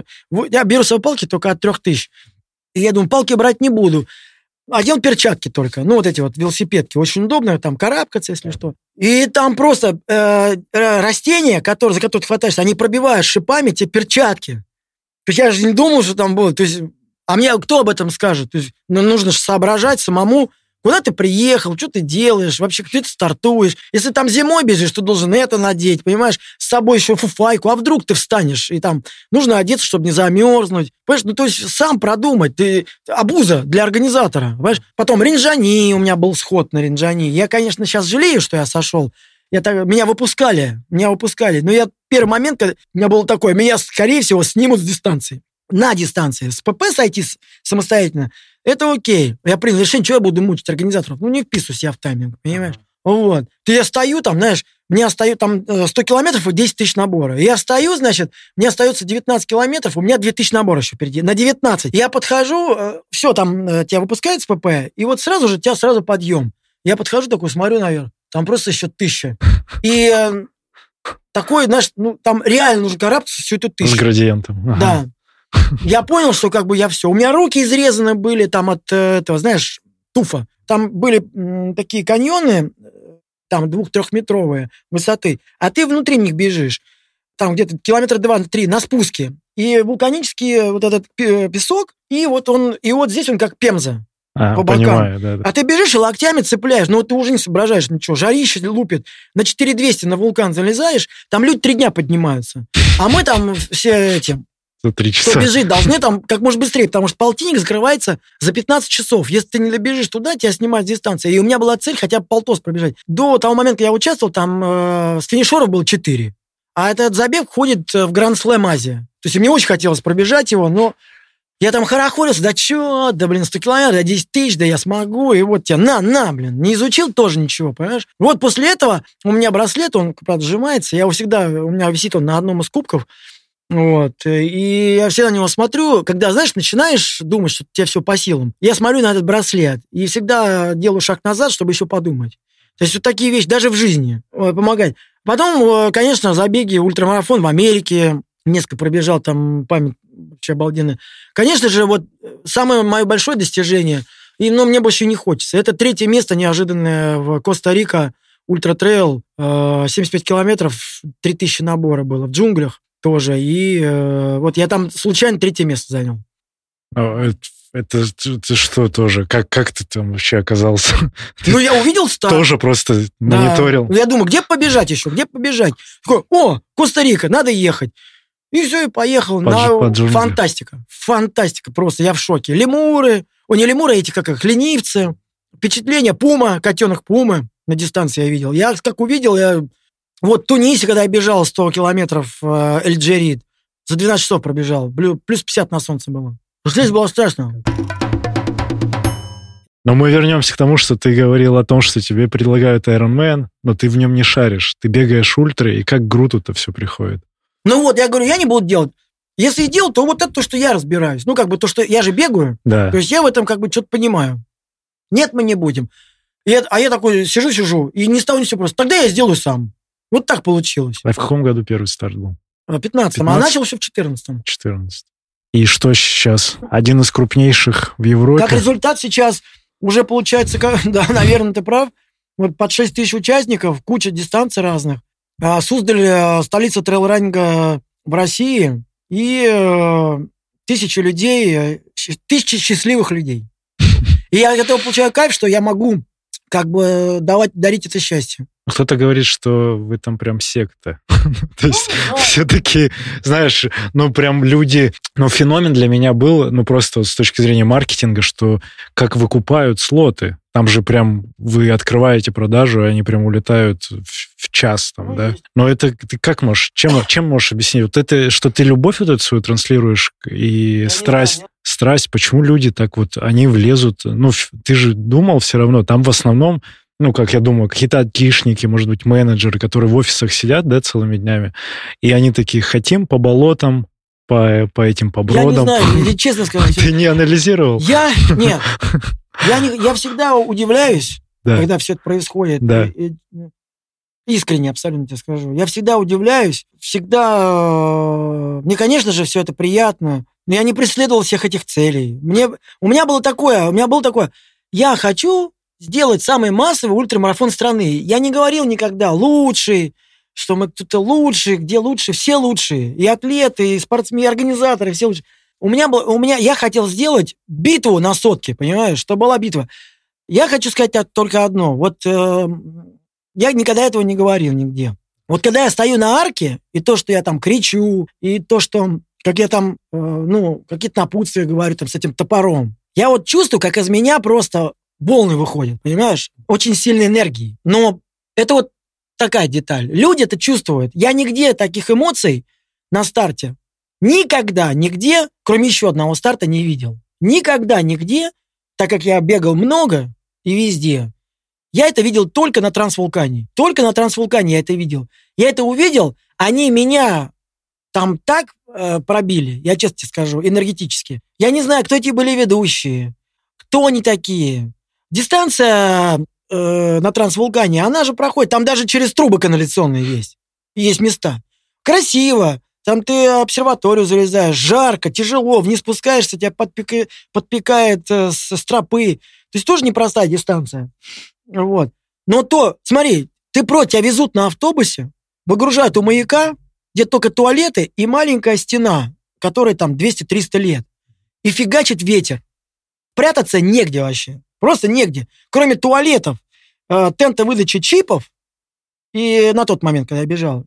Speaker 1: я беру свои палки только от 3000. И я думаю, палки брать не буду. Одел перчатки только, вот эти вот велосипедки. Очень удобно, там, карабкаться, если что. И там просто растения, за которые ты хватаешься, они пробивают шипами те перчатки. То есть я же не думал, что там было. То есть, а мне кто об этом скажет? То есть, нужно же соображать самому, куда ты приехал, что ты делаешь, вообще, где ты стартуешь. Если там зимой бежишь, ты должен это надеть, понимаешь, с собой еще фуфайку, а вдруг ты встанешь, и там нужно одеться, чтобы не замерзнуть. Понимаешь, то есть сам продумать, ты обуза для организатора, понимаешь. Потом ринджани, у меня был сход на ринджани. Я, конечно, сейчас жалею, что я сошел. Меня выпускали, но я первый момент, когда у меня было такое, меня, скорее всего, снимут с дистанции. На дистанции. С ПП сойти самостоятельно, это окей. Я принял решение, что я буду мучить организаторов. Не вписываюсь я в тайминг, понимаешь? Вот. Я стою там, знаешь, мне остается там 100 километров и 10 тысяч набора. Я стою, значит, мне остается 19 километров, у меня 2000 набора еще впереди. На 19. Я подхожу, все, там тебя выпускают с ПП, и вот сразу подъем. Я подхожу такой, смотрю наверх, там просто еще 1000. И такой, знаешь, там реально нужно карабкаться всю эту 1000.
Speaker 3: С градиентом.
Speaker 1: Да. Я понял, что я все. У меня руки изрезаны были там от этого, знаешь, туфа. Там были такие каньоны, там 2-3-метровые высоты, а ты внутри них бежишь. Там где-то километра 2-3 на спуске. И вулканический вот этот песок, и вот здесь он как пемза. По бокам.
Speaker 3: Понимаю, да.
Speaker 1: А ты бежишь и локтями цепляешь, ты уже не соображаешь ничего. Жарище лупит. На 4200 на вулкан залезаешь, там люди 3 дня поднимаются. А мы там все
Speaker 3: за 3 часа.
Speaker 1: Кто бежит, должны там как можно быстрее, потому что полтинник закрывается за 15 часов. Если ты не добежишь туда, тебя снимают с дистанции. И у меня была цель хотя бы полтос пробежать. До того момента, когда я участвовал, там с финишеров было 4. А этот забег входит в Гранд Слэм Азия. То есть мне очень хотелось пробежать его, но я там хорохорился, 100 километров, 10 тысяч, я смогу, и вот тебе, блин. Не изучил тоже ничего, понимаешь? Вот после этого у меня браслет, он, правда, сжимается, у меня висит он на одном из кубков. Вот. И я всегда на него смотрю, когда, знаешь, начинаешь думать, что тебе все по силам. Я смотрю на этот браслет и всегда делаю шаг назад, чтобы еще подумать. То есть вот такие вещи даже в жизни помогают. Потом, конечно, забеги, ультрамарафон в Америке. Несколько пробежал, там память вообще обалденная. Конечно же, вот самое мое большое достижение, но мне больше не хочется. Это 3-е место неожиданное в Коста-Рика, ультра-трейл, 75 километров, 3000 набора было в джунглях тоже. И вот я там случайно 3-е место занял.
Speaker 3: Это что тоже? Как ты там вообще оказался?
Speaker 1: Я увидел старт.
Speaker 3: Тоже просто мониторил.
Speaker 1: Я думаю, где побежать еще? Такой, Коста-Рика, надо ехать. И все, и поехал. Фантастика. Фантастика просто, я в шоке. Лемуры, не лемуры, эти как ленивцы. Впечатление, пума, котенок пумы на дистанции я видел. Я как увидел, вот в Тунисе, когда я бежал 100 километров Эль-Джерид, за 12 часов пробежал. Плюс 50 на солнце было. Здесь было страшно.
Speaker 3: Но мы вернемся к тому, что ты говорил о том, что тебе предлагают Ironman, но ты в нем не шаришь. Ты бегаешь ультры, и как груду-то все приходит.
Speaker 1: Я говорю, я не буду делать. Если и делать, то вот это то, что я разбираюсь. То, что я же бегаю.
Speaker 3: Да.
Speaker 1: То есть я в этом что-то понимаю. Нет, мы не будем. А я такой сижу, и не стал ничего просто. Тогда я сделаю сам. Вот так получилось.
Speaker 3: А в каком году первый старт был?
Speaker 1: В 15-м. А начал все в 14-м.
Speaker 3: 14. И что сейчас? Один из крупнейших в Европе?
Speaker 1: Как результат сейчас уже получается, да, наверное, ты прав, вот под 6 тысяч участников, куча дистанций разных. Суздаль, столица трейл-раннинга в России, и 1000 людей, 1000 счастливых людей. И я от этого получаю кайф, что я могу дарить это счастье.
Speaker 3: Кто-то говорит, что вы там прям секта. То есть все-таки, знаешь, прям люди... феномен для меня был, просто с точки зрения маркетинга, что как выкупают слоты. Там же прям вы открываете продажу, и они прям улетают в час там, да? Но это ты как можешь, чем можешь объяснить? Вот это, что ты любовь вот эту свою транслируешь и страсть, почему люди так вот, они влезут? Ты же думал все равно, там в основном ну, как я думаю, какие-то айтишники, может быть, менеджеры, которые в офисах сидят, да, целыми днями, и они такие, хотим по болотам, по бродам.
Speaker 1: Я не знаю, или честно сказать.
Speaker 3: Ты не анализировал?
Speaker 1: Нет. Я всегда удивляюсь,
Speaker 3: Да.
Speaker 1: когда все это происходит.
Speaker 3: Да.
Speaker 1: Искренне абсолютно тебе скажу. Я всегда удивляюсь, мне, конечно же, все это приятно, но я не преследовал всех этих целей. У меня было такое, я хочу сделать самый массовый ультрамарафон страны. Я не говорил никогда лучший, что мы кто-то лучший, где лучше, все лучшие. И атлеты, и спортсмены, и организаторы, все лучшие. Я хотел сделать битву на сотке, понимаешь, что была битва. Я хочу сказать только одно. Я никогда этого не говорил нигде. Вот когда я стою на арке, и то, что я там кричу, и то, что, как я там, какие-то напутствия говорю там с этим топором, я вот чувствую, как из меня просто волны выходят, понимаешь? Очень сильной энергии. Но это вот такая деталь. Люди это чувствуют. Я нигде таких эмоций на старте никогда, нигде, кроме еще одного старта, не видел. Никогда, нигде, так как я бегал много и везде, я это видел только на Трансвулкане. Только на Трансвулкане я это видел. Я это увидел, они меня там так пробили, я честно тебе скажу, энергетически. Я не знаю, кто эти были ведущие, кто они такие. Дистанция на Трансвулкане, она же проходит, там даже через трубы канализационные есть места. Красиво. Там ты обсерваторию залезаешь, жарко, тяжело, вниз спускаешься, тебя подпекает с тропы. То есть тоже непростая дистанция. Вот. Но смотри, тебя везут на автобусе, выгружают у маяка, где только туалеты и маленькая стена, которой там 200-300 лет. И фигачит ветер. Прятаться негде вообще. Просто негде. Кроме туалетов, тента выдачи чипов, и на тот момент, когда я бежал,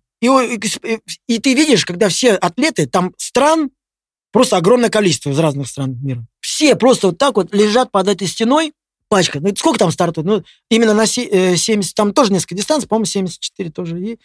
Speaker 1: и ты видишь, когда все атлеты, там стран, просто огромное количество из разных стран мира. Все просто вот так вот лежат под этой стеной, пачка. Сколько там стартует? Именно на 70, там тоже несколько дистанций, по-моему, 74 тоже. И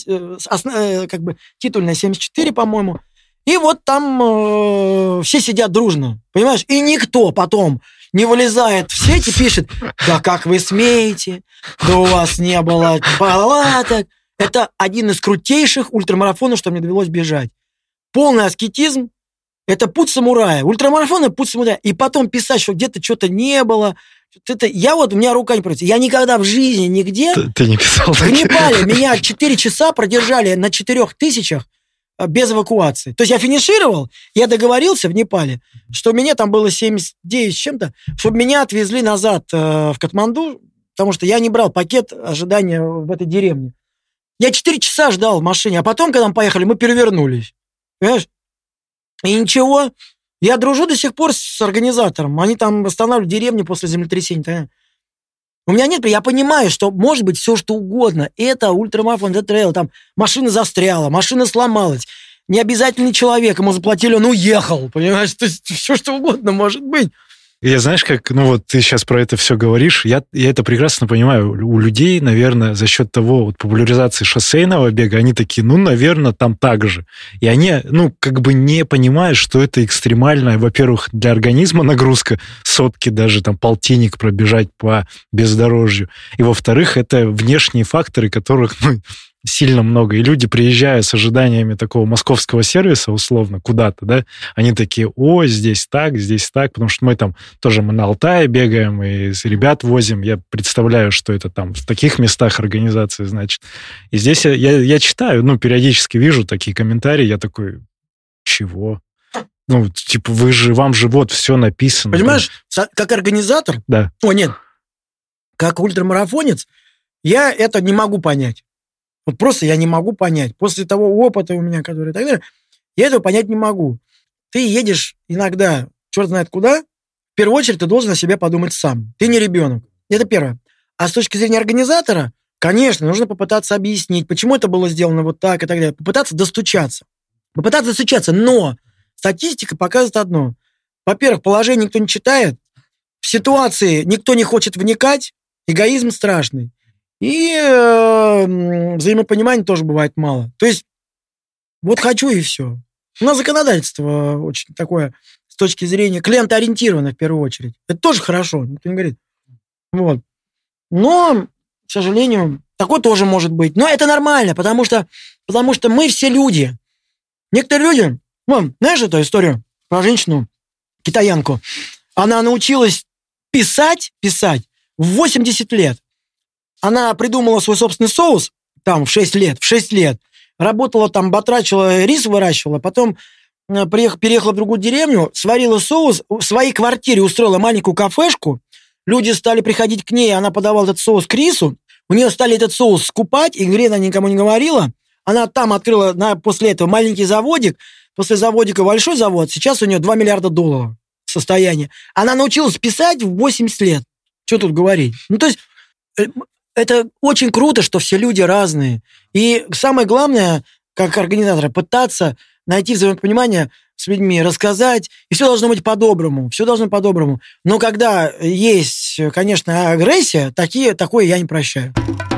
Speaker 1: 70, титульная 74, по-моему. И вот там все сидят дружно, понимаешь? И никто потом не вылезает в сеть и пишет: да как вы смеете, да у вас не было палаток. Это один из крутейших ультрамарафонов, что мне довелось бежать. Полный аскетизм. Это путь самурая. Ультрамарафон — это путь самурая. И потом писать, что где-то что-то не было. У меня рука не против. Я никогда в жизни нигде...
Speaker 3: Ты не писал
Speaker 1: в Непале меня 4 часа продержали на 4000 без эвакуации. То есть я финишировал, я договорился в Непале, что меня там было 79 с чем-то, чтобы меня отвезли назад в Катманду, потому что я не брал пакет ожидания в этой деревне. Я 4 часа ждал в машине, а потом, когда мы поехали, мы перевернулись. Понимаешь? И ничего. Я дружу до сих пор с организатором. Они там восстанавливают деревни после землетрясения. У меня нет, я понимаю, что может быть все, что угодно. Это ультрамарафон, это трейл. Там машина застряла, машина сломалась. Необязательный человек, ему заплатили, он уехал. Понимаешь? То есть все, что угодно может быть.
Speaker 3: Я знаешь, как, ты сейчас про это все говоришь, я это прекрасно понимаю. У людей, наверное, за счет того популяризации шоссейного бега, они такие, наверное, там так же. И они, не понимают, что это экстремальная, во-первых, для организма нагрузка, сотки, даже там полтинник пробежать по бездорожью. И, во-вторых, это внешние факторы, которых, сильно много. И люди, приезжая с ожиданиями такого московского сервиса, условно, куда-то, да, они такие: здесь так, потому что мы на Алтае бегаем и ребят возим. Я представляю, что это там в таких местах организации, значит. И здесь я читаю, периодически вижу такие комментарии, я такой: чего? Вам же вот все написано.
Speaker 1: Понимаешь, как организатор,
Speaker 3: да.
Speaker 1: Как ультрамарафонец, я это не могу понять. Вот просто я не могу понять. После того опыта у меня, который и так далее, я этого понять не могу. Ты едешь иногда, черт знает куда, в первую очередь ты должен о себе подумать сам. Ты не ребенок. Это первое. А с точки зрения организатора, конечно, нужно попытаться объяснить, почему это было сделано вот так и так далее. Попытаться достучаться. Но статистика показывает одно. Во-первых, положение никто не читает, в ситуации никто не хочет вникать, эгоизм страшный. И взаимопонимания тоже бывает мало. То есть, вот хочу и все. У нас законодательство очень такое, с точки зрения клиентоориентированное в первую очередь. Это тоже хорошо, никто не говорит. Вот. Но к сожалению, такое тоже может быть. Но это нормально, потому что мы все люди. Некоторые люди... знаешь эту историю про женщину-китаянку? Она научилась писать в 80 лет. Она придумала свой собственный соус там в 6 лет. Работала там, батрачила, рис выращивала, потом переехала в другую деревню, сварила соус, в своей квартире устроила маленькую кафешку, люди стали приходить к ней, она подавала этот соус к рису, у нее стали этот соус скупать, и где она никому не говорила, она там открыла после этого маленький заводик, после заводика большой завод, сейчас у нее $2 миллиарда состояние. Она научилась писать в 80 лет. Что тут говорить? То есть, это очень круто, что все люди разные. И самое главное, как организатора, пытаться найти взаимопонимание с людьми, рассказать, и все должно быть по-доброму. Но когда есть, конечно, агрессия, такое я не прощаю.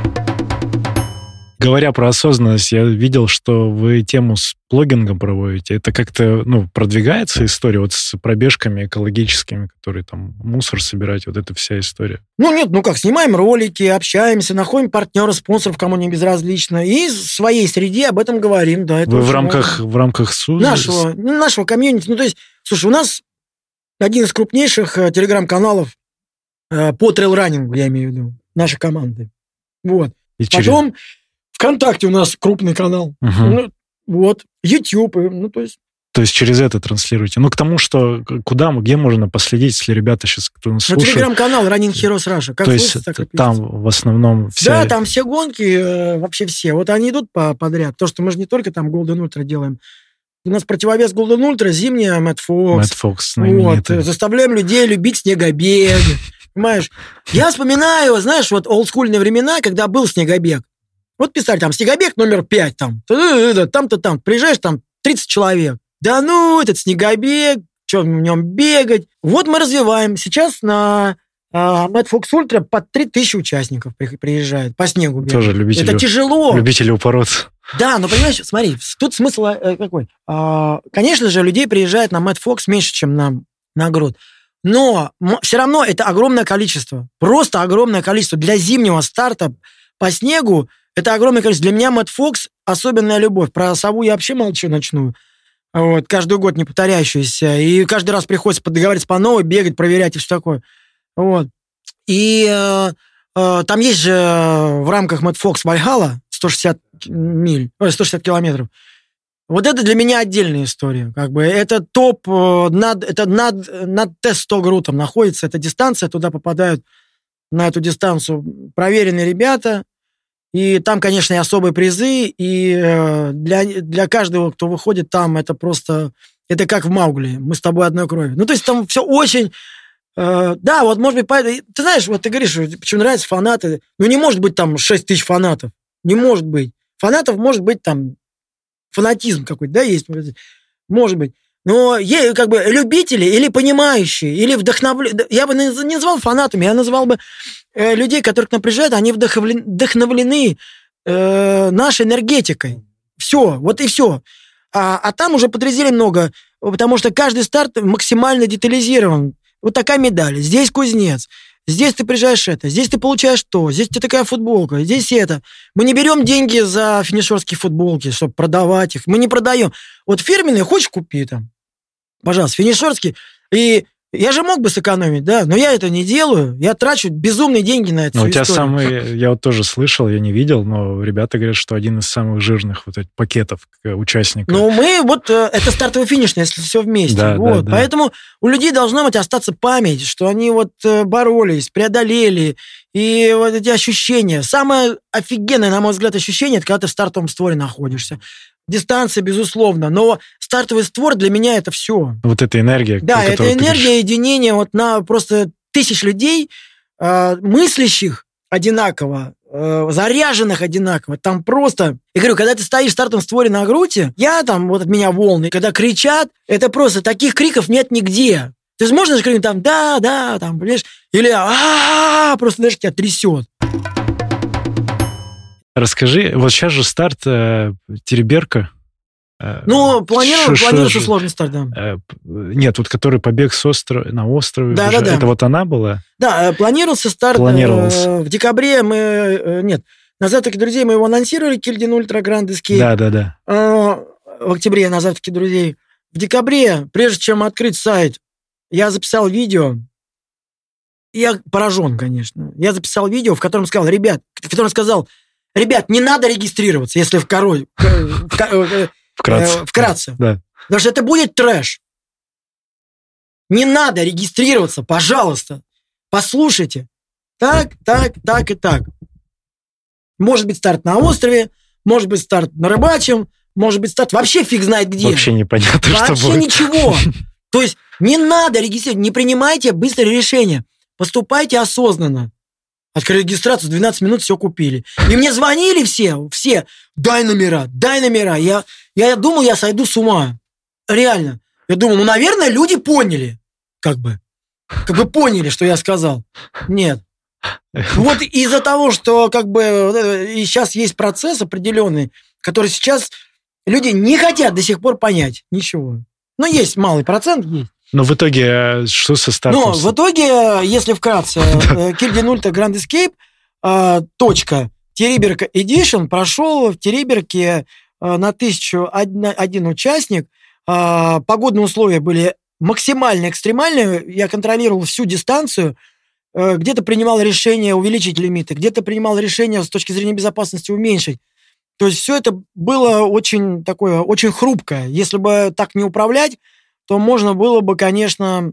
Speaker 3: Говоря про осознанность, я видел, что вы тему с плогингом проводите. Это как-то, продвигается история вот с пробежками экологическими, которые там мусор собирать, вот эта вся история?
Speaker 1: Нет, снимаем ролики, общаемся, находим партнеров, спонсоров, кому не безразлично, и в своей среде об этом говорим. Да, это
Speaker 3: вы в рамках
Speaker 1: нашего комьюнити. То есть, слушай, у нас один из крупнейших телеграм-каналов по трейл-раннингу, я имею в виду, нашей команды. Вот. Потом ВКонтакте у нас крупный канал. YouTube.
Speaker 3: То есть через это транслируете. К тому, что где можно последить, если ребята сейчас кто нас слушает.
Speaker 1: Телеграм-канал Running Heroes Russia.
Speaker 3: Как то есть так там в основном все...
Speaker 1: Да, там все гонки, вообще все. Вот они идут подряд. Потому что мы же не только там Golden Ultra делаем. У нас противовес Golden Ultra зимняя Mad Fox. Заставляем людей любить снегобег. Понимаешь? Я вспоминаю, знаешь, олдскульные времена, когда был снегобег. Вот писали там снегобег номер 5, там-то там. Приезжаешь, там 30 человек. Да этот снегобег, что в нем бегать. Вот мы развиваем. Сейчас на Mad Fox Ultra под 3000 участников приезжает по снегу бегать.
Speaker 3: Тоже любители.
Speaker 1: Это тяжело.
Speaker 3: Любители упороться.
Speaker 1: Да, но понимаешь, смотри, тут смысл какой. Конечно же, людей приезжает на Mad Fox меньше, чем на Грот. Но все равно это огромное количество. Просто огромное количество. Для зимнего старта по снегу это огромное количество. Для меня Mad Fox особенная любовь. Про сову я вообще молчу ночную. Каждый год не повторяющаяся. И каждый раз приходится договариваться по новой, бегать, проверять и все такое. И там есть же в рамках Mad Fox Valhalla 160 километров. Вот это для меня отдельная история. Это топ, над Т-100 Грутом находится эта дистанция. Туда попадают на эту дистанцию проверенные ребята. И там, конечно, и особые призы, и для каждого, кто выходит там, это просто... Это как в Маугли. Мы с тобой одной крови. То есть там все очень... Да, может быть, ты знаешь, ты говоришь, почему нравятся фанаты. Не может быть там 6 тысяч фанатов. Не может быть. Фанатов может быть там фанатизм какой-то, да, есть. Может быть. Но любители или понимающие, или вдохновленные. Я бы не назвал фанатами, я назвал бы людей, которых напряжают, они вдохновлены нашей энергетикой. Все, и все. А там уже подрезили много, потому что каждый старт максимально детализирован. Вот такая медаль, здесь кузнец, здесь ты приезжаешь здесь ты получаешь то, здесь у тебя такая футболка, здесь это. Мы не берем деньги за финишерские футболки, чтобы продавать их. Мы не продаем. Фирменные хочешь, купи там. Пожалуйста, финишерские. И я же мог бы сэкономить, да, но я это не делаю. Я трачу безумные деньги на это.
Speaker 3: У тебя я тоже слышал, я не видел, но ребята говорят, что один из самых жирных этих пакетов участников.
Speaker 1: Это стартово-финишное, если все вместе.
Speaker 3: Да.
Speaker 1: Поэтому у людей должна остаться память, что они боролись, преодолели. И эти ощущения. Самое офигенное, на мой взгляд, ощущение, это когда ты в стартовом створе находишься. Дистанция, безусловно, но стартовый створ для меня это все.
Speaker 3: Вот эта энергия.
Speaker 1: Да, это энергия единения на просто тысяч людей, мыслящих одинаково, заряженных одинаково. Там просто... Я говорю, когда ты стоишь в стартовом створе на груте, от меня волны, когда кричат, это просто таких криков нет нигде. То есть можно же крикнуть там, да, там, понимаешь, или просто, знаешь, тебя трясет.
Speaker 3: Расскажи, сейчас же старт Тереберка.
Speaker 1: Планировался сложный старт, да.
Speaker 3: Нет, вот который побег на острове.
Speaker 1: Да.
Speaker 3: Это вот она была?
Speaker 1: Да, планировался старт в декабре. На «Завтраке друзей» мы его анонсировали, Кильдин Ультра Гранд Эскейп.
Speaker 3: Да.
Speaker 1: В октябре на «Завтраке друзей». В декабре, прежде чем открыть сайт, я записал видео. Я поражен, конечно. Я записал видео, в котором сказал, ребят, не надо регистрироваться, если вкратце.
Speaker 3: Да.
Speaker 1: Потому что это будет трэш. Не надо регистрироваться, пожалуйста. Послушайте. Так и так. Может быть, старт на острове, может быть, старт на рыбачьем, может быть, старт вообще фиг знает где.
Speaker 3: Вообще непонятно, что будет.
Speaker 1: Вообще ничего. То есть не надо регистрироваться, не принимайте быстрые решения. Поступайте осознанно. Открыли регистрацию, 12 минут все купили. И мне звонили все. Дай номера. Я думал, я сойду с ума. Реально. Я думал, наверное, люди поняли. Как бы поняли, что я сказал. Нет. Вот из-за того, что и сейчас есть процесс определенный, который сейчас люди не хотят до сих пор понять ничего. Но есть малый процент, есть.
Speaker 3: Но в итоге что со стартом?
Speaker 1: В итоге, если вкратце, Кильдин Ультра Гранд Эскейп Териберка Edition прошел в Териберке на 1001 участник. Погодные условия были максимально экстремальные. Я контролировал всю дистанцию. Где-то принимал решение увеличить лимиты, где-то принимал решение с точки зрения безопасности уменьшить. То есть все это было очень хрупкое. Если бы так не управлять, то можно было бы, конечно,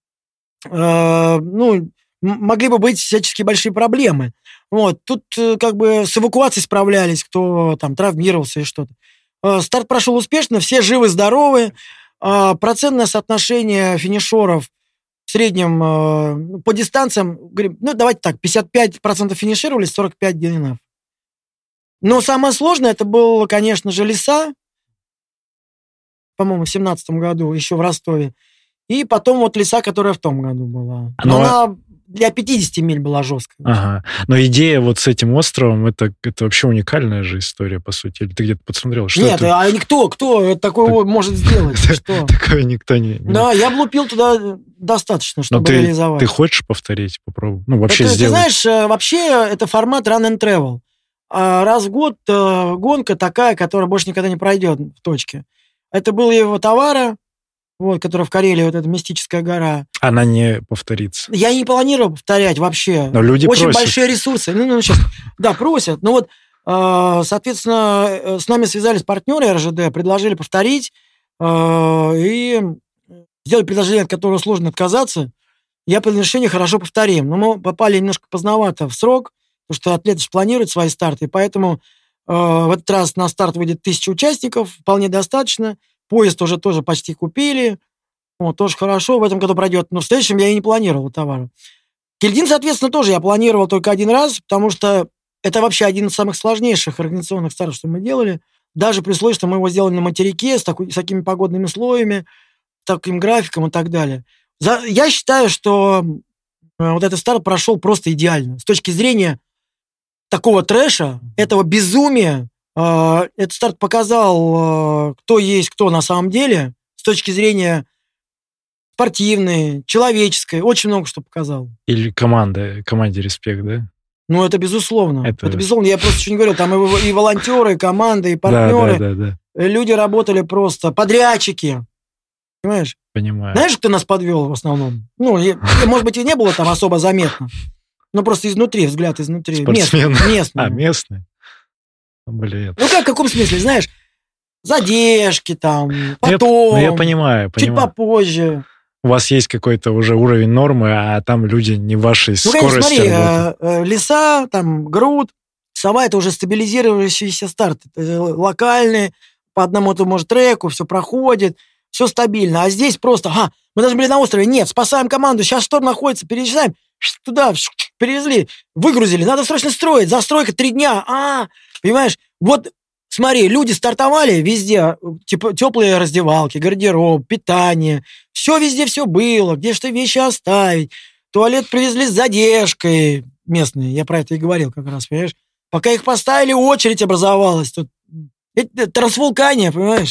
Speaker 1: могли бы быть всяческие большие проблемы. Тут с эвакуацией справлялись, кто там травмировался и что-то. Старт прошел успешно, все живы-здоровы. Процентное соотношение финишеров в среднем по дистанциям, давайте так, 55% финишировали, 45% ДНФ. Но самое сложное, это был, конечно же, Лиса, по-моему, в 2017 году, еще в Ростове. И потом Лиса, которая в том году была. Она для 50 миль была жесткая.
Speaker 3: Ага. Но идея с этим островом, это вообще уникальная же история, по сути. Или ты где-то подсмотрел? Что
Speaker 1: Нет, кто такое может сделать? Что?
Speaker 3: Такое никто не...
Speaker 1: Да, я влупил туда достаточно, чтобы реализовать.
Speaker 3: Ты хочешь повторить, попробовать? Вообще сделать?
Speaker 1: Ты знаешь, вообще это формат run and travel. Раз в год гонка такая, которая больше никогда не пройдет в точке. Это был его Тавара, которая в Карелии, эта мистическая гора.
Speaker 3: Она не повторится.
Speaker 1: Я не планировал повторять вообще.
Speaker 3: Но люди
Speaker 1: очень
Speaker 3: просят.
Speaker 1: Большие ресурсы. Сейчас, да, просят. Соответственно, с нами связались партнеры РЖД, предложили повторить и сделали предложение, от которого сложно отказаться. Я принял решение, хорошо повторим. Но мы попали немножко поздновато в срок, потому что атлеты же планируют свои старты, поэтому в этот раз на старт выйдет 1000 участников, вполне достаточно. Поезд уже тоже почти купили. Тоже хорошо, в этом году пройдет. Но в следующем я и не планировал товар. Кильдин, соответственно, тоже я планировал только один раз, потому что это вообще один из самых сложнейших организационных стартов, что мы делали. Даже при условии, что мы его сделали на материке, с такими погодными условиями, таким графиком и так далее. Я считаю, что этот старт прошел просто идеально. С точки зрения такого трэша, этого безумия, этот старт показал, кто есть кто на самом деле, с точки зрения спортивной, человеческой, очень много что показал.
Speaker 3: Или команде респект, да?
Speaker 1: Это безусловно. Это безусловно. Я просто еще не говорю, там и волонтеры, и команды, и партнеры.
Speaker 3: Да.
Speaker 1: Люди работали просто, подрядчики. Понимаешь?
Speaker 3: Понимаю.
Speaker 1: Знаешь, кто нас подвел в основном? Может быть, и не было там особо заметно. Но просто изнутри, взгляд изнутри.
Speaker 3: Спортсмены.
Speaker 1: Местные.
Speaker 3: Местные? Блин.
Speaker 1: В каком смысле, знаешь? Задержки там, потом.
Speaker 3: Я понимаю.
Speaker 1: Чуть попозже.
Speaker 3: У вас есть какой-то уже уровень нормы, а там люди не вашей скорости работают.
Speaker 1: Смотри, Лиса, там, Груд, Сова — это уже стабилизирующийся старт. Это локальный, по одному тому же треку, все проходит, все стабильно. А здесь просто, мы даже были на острове, нет, спасаем команду, сейчас шторм находится, переезжаем, туда, перевезли, выгрузили, надо срочно строить, застройка 3 дня, понимаешь? Смотри, люди стартовали везде, теплые раздевалки, гардероб, питание, все везде все было, где что вещи оставить, туалет привезли с задержкой, местные, я про это и говорил как раз, понимаешь? Пока их поставили, очередь образовалась, тут трансвулкания, понимаешь?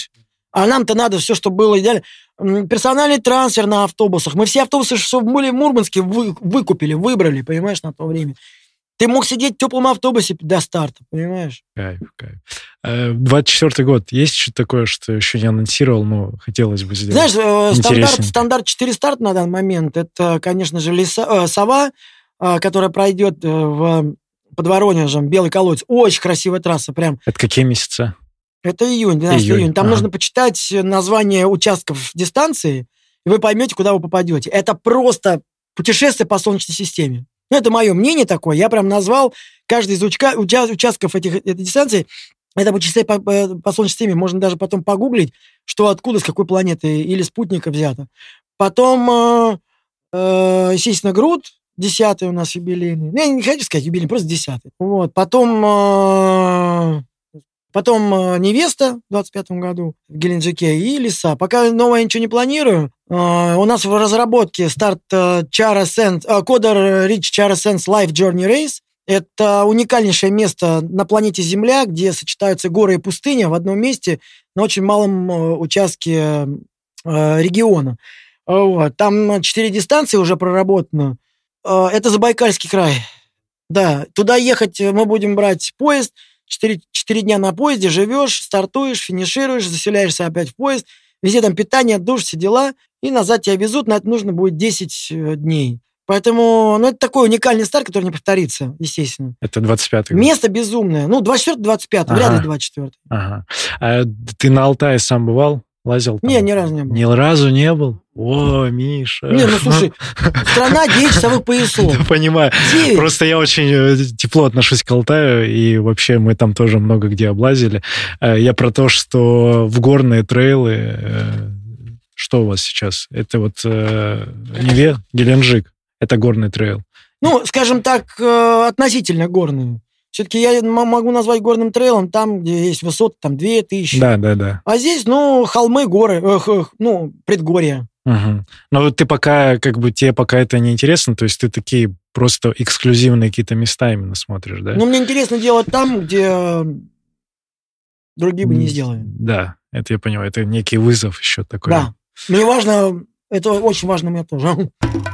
Speaker 1: А нам-то надо все, чтобы было идеально. Персональный трансфер на автобусах. Мы все автобусы, что были в Мурманске, выкупили, выбрали, понимаешь, на то время. Ты мог сидеть в теплом автобусе до старта, понимаешь?
Speaker 3: Кайф. 24-й год. Есть что-то такое, что еще не анонсировал, но хотелось бы сделать?
Speaker 1: Знаешь, стандарт 4 старта на данный момент. Это, конечно же, «Сова», которая пройдет под Воронежем, Белый колодец. Очень красивая трасса, прям.
Speaker 3: Это какие месяца?
Speaker 1: Это июнь, 12 июня. Там нужно почитать название участков дистанции, и вы поймете, куда вы попадете. Это просто путешествие по Солнечной системе. Ну, это мое мнение такое. Я прям назвал каждый из участков этой дистанции. Это путешествие по Солнечной системе. Можно даже потом погуглить, что откуда, с какой планеты или спутника взято. Потом, естественно, Груд, 10-й у нас юбилейный. Я не хочу сказать юбилейный, просто 10-й. Вот. Потом «Невеста» в 25-м году в Геленджике и «Лиса». Пока новое ничего не планирую. У нас в разработке старт Kodar Ridge Chara Sands Life Journey Race. Это уникальнейшее место на планете Земля, где сочетаются горы и пустыня в одном месте на очень малом участке региона. Вот. Там 4 дистанции уже проработано. Это Забайкальский край. Да, туда ехать мы будем брать поезд. 4 дня на поезде, живешь, стартуешь, финишируешь, заселяешься опять в поезд. Везде там питание, душ, все дела. И назад тебя везут, на это нужно будет 10 дней. Поэтому, это такой уникальный старт, который не повторится, естественно.
Speaker 3: Это 25-й год.
Speaker 1: Место безумное. 24-25, вряд ли 24-й.
Speaker 3: Ага. А ты на Алтае сам бывал? Лазил там?
Speaker 1: Не, ни разу не был.
Speaker 3: Ни разу не был? О, Миша.
Speaker 1: Не, слушай, страна 9 часовых поясов.
Speaker 3: Да, понимаю.
Speaker 1: 9.
Speaker 3: Просто я очень тепло отношусь к Алтаю, и вообще мы там тоже много где облазили. Я про то, что в горные трейлы... Что у вас сейчас? Это вот Неве, Геленджик. Это горный трейл.
Speaker 1: Скажем так, относительно горный. Все-таки я могу назвать горным трейлом там, где есть высоты, там 2000.
Speaker 3: Да.
Speaker 1: А здесь, холмы, горы, предгорья.
Speaker 3: Угу. Но ты пока, тебе пока это не интересно, то есть ты такие просто эксклюзивные какие-то места именно смотришь, да?
Speaker 1: Мне интересно делать там, где другие бы не сделали.
Speaker 3: Да, это я понимаю, это некий вызов еще такой.
Speaker 1: Да, мне важно, это очень важно мне тоже.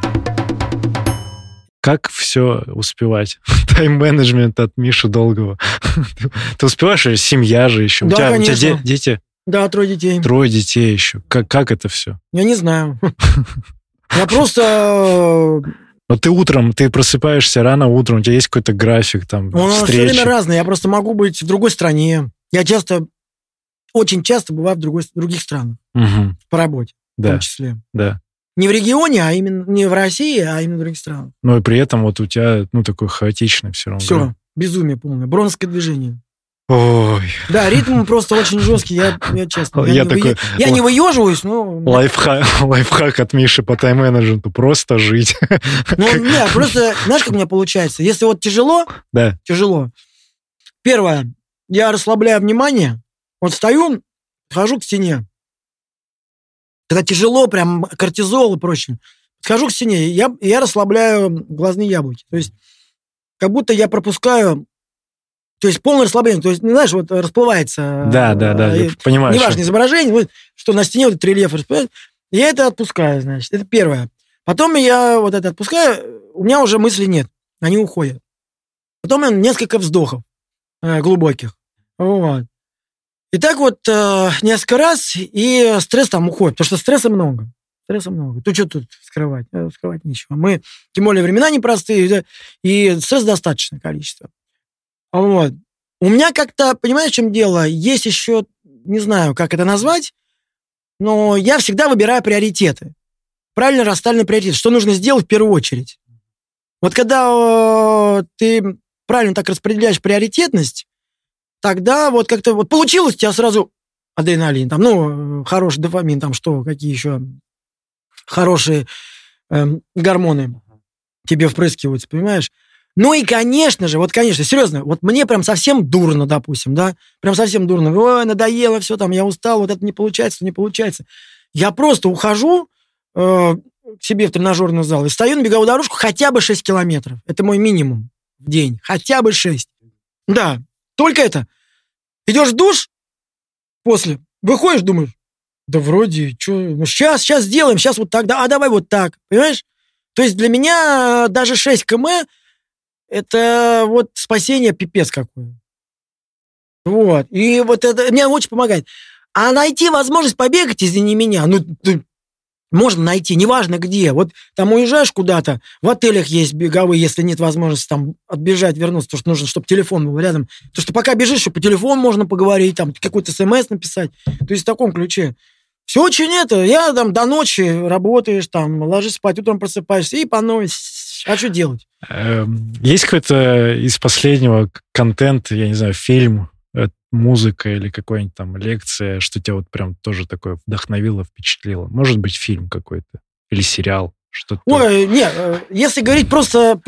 Speaker 3: Как все успевать? Тайм-менеджмент от Миши Долгого. Ты успеваешь? Семья же еще.
Speaker 1: Да,
Speaker 3: у тебя дети?
Speaker 1: Да, 3 детей.
Speaker 3: 3 детей еще. Как это все?
Speaker 1: Я не знаю. Я просто...
Speaker 3: Но ты просыпаешься рано утром, у тебя есть какой-то график, там, встречи?
Speaker 1: Все время разный. Я просто могу быть в другой стране. Я очень часто бываю в других странах. По работе, в том числе.
Speaker 3: Да.
Speaker 1: Не в регионе, а именно не в России, а именно в других странах.
Speaker 3: И при этом у тебя, такой хаотичный все равно.
Speaker 1: Все, безумие полное. Бронское движение.
Speaker 3: Ой.
Speaker 1: Да, ритм просто очень жесткий, я честно. Я не выеживаюсь, но...
Speaker 3: Лайфхак от Миши по тайм-менеджменту. Просто жить.
Speaker 1: Просто, знаешь, как у меня получается? Если тяжело, тяжело. Первое, я расслабляю внимание, встаю, хожу к стене. Когда тяжело, прям кортизол и прочее. Схожу к стене, я расслабляю глазные яблоки. То есть, как будто я пропускаю... То есть, полное расслабление. То есть, знаешь, расплывается...
Speaker 3: Да, я понимаю.
Speaker 1: Неважно, изображение, что на стене этот рельеф расплывается. Я это отпускаю, значит. Это первое. Потом я это отпускаю, у меня уже мыслей нет. Они уходят. Потом несколько вздохов глубоких. Вот. И так несколько раз, и стресс там уходит, потому что стресса много. Ты что тут скрывать? Скрывать нечего. Мы, тем более, времена непростые, и стресса достаточное количество. Вот. У меня как-то, понимаешь, в чем дело? Есть еще, не знаю, как это назвать, но я всегда выбираю приоритеты. Правильно расставленный приоритет. Что нужно сделать в первую очередь? Когда ты правильно так распределяешь приоритетность, тогда как-то получилось, у тебя сразу адреналин, там, хороший дофамин, там какие еще хорошие гормоны тебе впрыскиваются, понимаешь? И, конечно же, серьезно, мне прям совсем дурно, допустим, да, прям совсем дурно. Ой, надоело все, там, я устал, это не получается. Я просто ухожу к себе в тренажерный зал и стою на беговую дорожку хотя бы 6 километров. Это мой минимум в день. Хотя бы 6. Да, только это. Идешь в душ после, выходишь, думаешь, Да вроде, что, ну сейчас сделаем, сейчас вот так, да, а давай вот так, понимаешь? То есть для меня даже 6 км это вот спасение пипец какое. Вот. И вот это мне очень помогает. А найти возможность побегать, извини меня, ну, можно найти, неважно где. Вот там уезжаешь куда-то, в отелях есть беговые, если нет возможности там отбежать, вернуться, потому что нужно, чтобы телефон был рядом. Потому что пока бежишь, еще по телефону можно поговорить, там какой-то смс написать. То есть в таком ключе. Все очень я там до ночи работаешь, там, ложишься спать, утром просыпаешься и по новой. А что делать?
Speaker 3: Есть какой-то из последнего контент, я не знаю, фильм, музыка или какая-нибудь там лекция, что тебя вот прям тоже такое вдохновило, впечатлило? Может быть, фильм какой-то или сериал? Что-то.
Speaker 1: Ой, нет, если говорить просто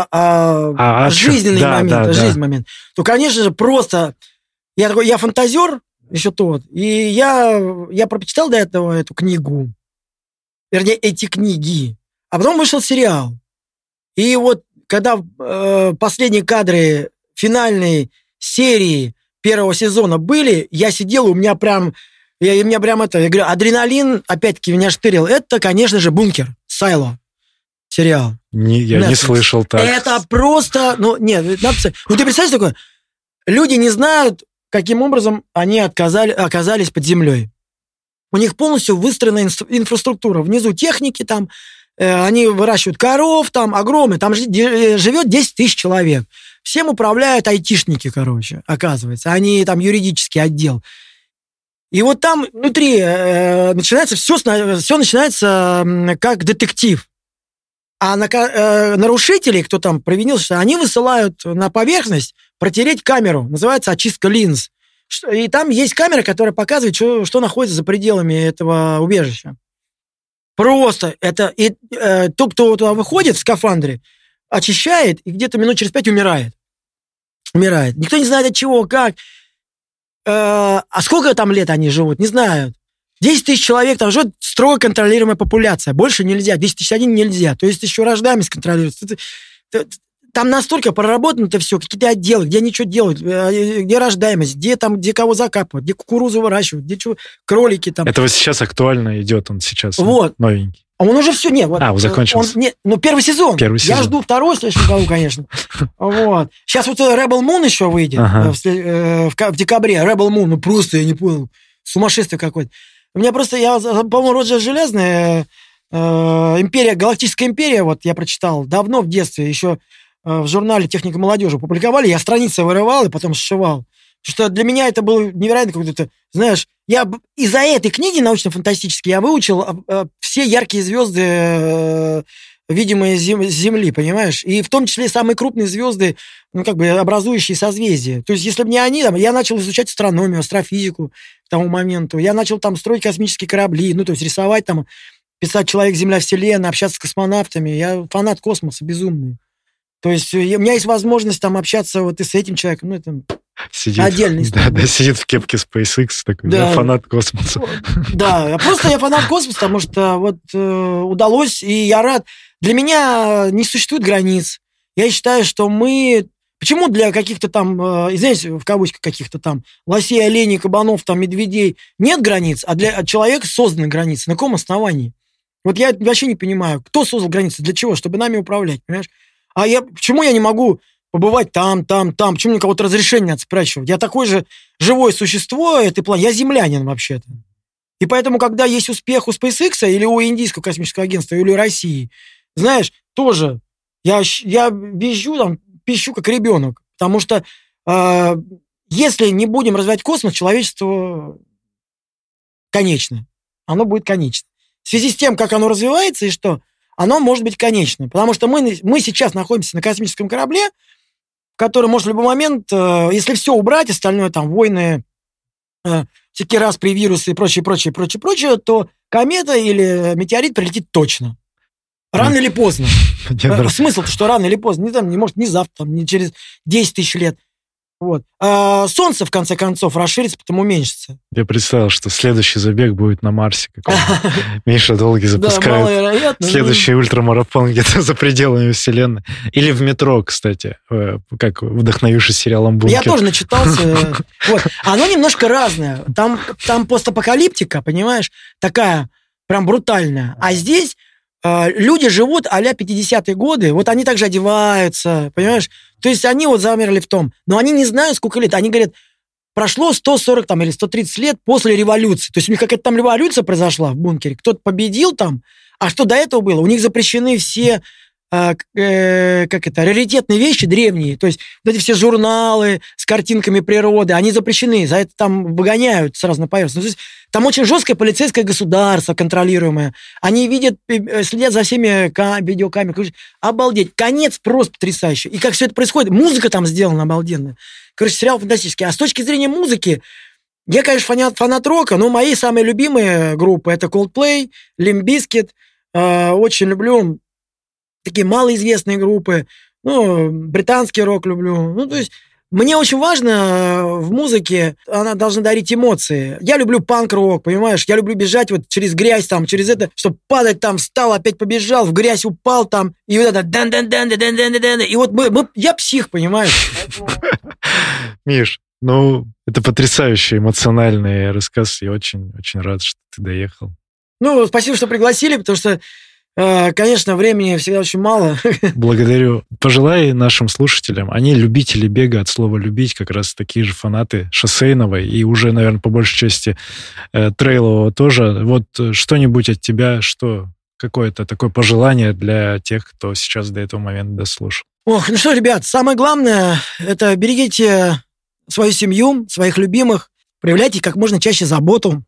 Speaker 1: жизненный момент, то, конечно же, просто я фантазер, еще тот, и я прочитал до этого эту книгу, вернее, эти книги, а потом вышел сериал. И вот, когда последние кадры финальной серии первого сезона были, я сидел, у меня прям, я говорю, адреналин, опять-таки, меня штырил. Это, конечно же, «Бункер», Сайло, сериал.
Speaker 3: Я не слышал так.
Speaker 1: Это просто, ты представляешь такое? Люди не знают, каким образом они оказались под землей. У них полностью выстроена инфраструктура. Внизу техники там, они выращивают коров, там огромные, там живет 10 тысяч человек. Всем управляют айтишники, оказывается. Они там юридический отдел. И вот там внутри все начинается как детектив. А нарушителей, кто там провинился, они высылают на поверхность протереть камеру. Называется очистка линз. И там есть камера, которая показывает, что находится за пределами этого убежища. Просто это... тот, кто туда выходит в скафандре, очищает и где-то минут через 5 умирает. Никто не знает от чего, как. А сколько там лет они живут, не знают. 10 тысяч человек там живет, строго контролируемая популяция. Больше нельзя, 10 тысяч один нельзя. То есть еще рождаемость контролируется. Там настолько проработано это все, какие-то отделы, где они что делают, где рождаемость, где кого закапывают, где кукурузу выращивают, где кролики там.
Speaker 3: Это вот сейчас актуально идет, он сейчас новенький.
Speaker 1: А он уже все,
Speaker 3: закончился.
Speaker 1: Первый сезон. Я жду второй в следующем году, конечно. Вот. Сейчас вот Rebel Moon еще выйдет в декабре. Rebel Moon, просто я не понял. Сумасшествие какое-то. У меня просто, по-моему, Роджер Железный, Галактическая империя, вот я прочитал давно в детстве, еще в журнале «Техника молодежи» публиковали, я страницы вырывал и потом сшивал. Потому что для меня это было невероятно какое-то, знаешь, я из-за этой книги научно-фантастической я выучил все яркие звезды, видимые с Земли, понимаешь? И в том числе самые крупные звезды, образующие созвездия. То есть, если бы не они, я начал изучать астрономию, астрофизику к тому моменту, я начал там строить космические корабли, то есть рисовать там, писать «Человек, Земля, Вселенная», общаться с космонавтами. Я фанат космоса безумный. То есть, у меня есть возможность там общаться вот и с этим человеком, это... Отдельный
Speaker 3: история. Сидит в кепке SpaceX, такой, я фанат космоса.
Speaker 1: Да, просто я фанат космоса, потому что удалось, и я рад. Для меня не существует границ. Я считаю, что мы... Почему для каких-то там, извините, в кавычках каких-то там лосей, оленей, кабанов, там, медведей нет границ, а для человека созданы границы? На каком основании? Вот я вообще не понимаю, кто создал границы, для чего? Чтобы нами управлять, понимаешь? Почему я не могу побывать там? Почему мне кого-то разрешение надо спрашивать? Я такое же живое существо, я землянин вообще-то. И поэтому, когда есть успех у SpaceX или у Индийского космического агентства, или у России, знаешь, тоже я пищу как ребенок. Потому что если не будем развивать космос, человечество конечно. Оно будет конечно. В связи с тем, как оно развивается и что, оно может быть конечно. Потому что мы сейчас находимся на космическом корабле, который может в любой момент, если все убрать, остальное там войны, всякие распри, вирусы и прочее, то комета или метеорит прилетит точно. Рано или поздно. Смысл-то, что рано или поздно. Не завтра, не через 10 тысяч лет. Вот. А солнце, в конце концов, расширится, потом уменьшится.
Speaker 3: Я представил, что следующий забег будет на Марсе. Миша Долгий запускает следующий ультрамарафон где-то за пределами Вселенной. Или в метро, кстати, как вдохновившись сериалом «Бункер».
Speaker 1: Я тоже начитался. Вот. Оно немножко разное. Там постапокалиптика, понимаешь, такая прям брутальная. А здесь люди живут а-ля 50-е годы, вот они также одеваются, понимаешь? То есть они вот замерли в том, но они не знают, сколько лет. Они говорят, прошло 140 там, или 130 лет после революции. То есть у них какая-то там революция произошла в бункере, кто-то победил там, а что до этого было? У них запрещены все раритетные вещи древние, то есть вот эти все журналы с картинками природы, они запрещены, за это там выгоняют сразу на поверхность. То есть там очень жесткое полицейское государство контролируемое. Они видят, следят за всеми видеокамерами. Обалдеть. Конец просто потрясающий. И как все это происходит, музыка там сделана обалденная. Короче, сериал фантастический. А с точки зрения музыки, я, конечно, фанат рока, но мои самые любимые группы — это Coldplay, Limp Bizkit. Очень люблю такие малоизвестные группы, британский рок люблю. То есть мне очень важно в музыке, она должна дарить эмоции. Я люблю панк-рок, понимаешь? Я люблю бежать вот через грязь, там, через это, чтобы падать там, встал, опять побежал, в грязь упал там, и вот это дан-дан-дан-дан-дан-дан-дан. И вот я псих, понимаешь?
Speaker 3: Миш, это потрясающий эмоциональный рассказ. Я очень рад, что ты доехал.
Speaker 1: Спасибо, что пригласили, потому что конечно, времени всегда очень мало.
Speaker 3: Благодарю. Пожелай нашим слушателям, они любители бега, от слова «любить», как раз такие же фанаты шоссейного и уже, наверное, по большей части трейлового тоже. Вот что-нибудь от тебя, какое-то такое пожелание для тех, кто сейчас до этого момента дослушал.
Speaker 1: Ребят, самое главное, это берегите свою семью, своих любимых, проявляйте как можно чаще заботу.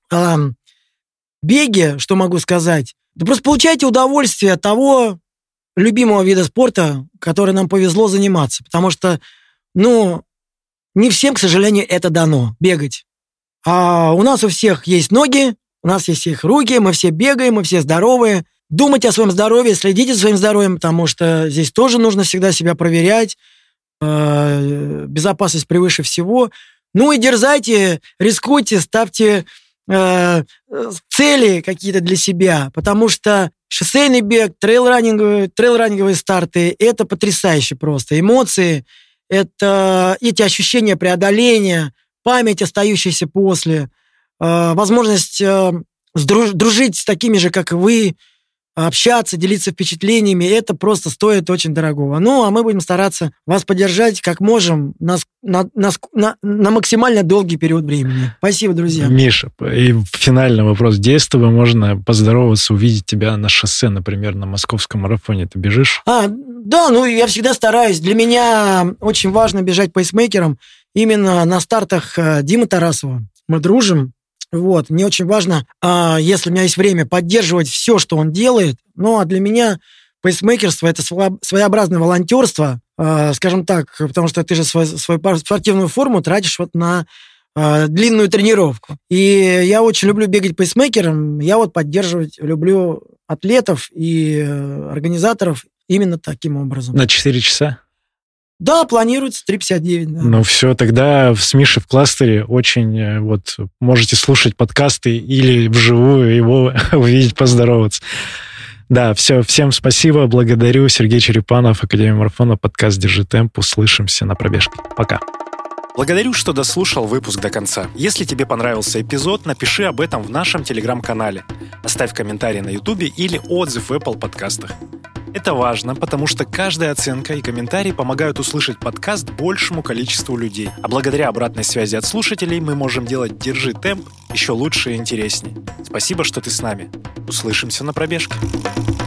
Speaker 1: Беги, что могу сказать, да просто получайте удовольствие от того любимого вида спорта, который нам повезло заниматься. Потому что, не всем, к сожалению, это дано, бегать. А у нас у всех есть ноги, у нас есть их руки, мы все бегаем, мы все здоровые. Думайте о своем здоровье, следите за своим здоровьем, потому что здесь тоже нужно всегда себя проверять. Безопасность превыше всего. И дерзайте, рискуйте, ставьте цели какие-то для себя, потому что шоссейный бег, трейл-раннинговые старты — это потрясающе просто. Эмоции, это эти ощущения преодоления, память, остающаяся после, возможность дружить с такими же, как и вы, общаться, делиться впечатлениями, это просто стоит очень дорогого. А мы будем стараться вас поддержать как можем на максимально долгий период времени. Спасибо, друзья.
Speaker 3: Миша, и финальный вопрос. Где с тобой можно поздороваться, увидеть тебя на шоссе, например, на московском марафоне? Ты бежишь?
Speaker 1: Да, я всегда стараюсь. Для меня очень важно бежать пейсмейкером именно на стартах Димы Тарасова. Мы дружим. Мне очень важно, если у меня есть время, поддерживать все, что он делает. А для меня пейсмейкерство — это своеобразное волонтерство, скажем так, потому что ты же свою спортивную форму тратишь на длинную тренировку. И я очень люблю бегать пейсмейкером. Я поддерживать люблю атлетов и организаторов именно таким образом.
Speaker 3: На 4 часа?
Speaker 1: Да, планируется 3:59. Да.
Speaker 3: Все, тогда с Мишей в кластере очень можете слушать подкасты или вживую его увидеть, поздороваться. Да, все, всем спасибо, благодарю. Сергей Черепанов, Академия марафона, подкаст «Держи темп». Услышимся на пробежке. Пока.
Speaker 2: Благодарю, что дослушал выпуск до конца. Если тебе понравился эпизод, напиши об этом в нашем телеграм-канале. Оставь комментарий на Ютубе или отзыв в Apple подкастах. Это важно, потому что каждая оценка и комментарий помогают услышать подкаст большему количеству людей. А благодаря обратной связи от слушателей мы можем делать «Держи темп» еще лучше и интереснее. Спасибо, что ты с нами. Услышимся на пробежке.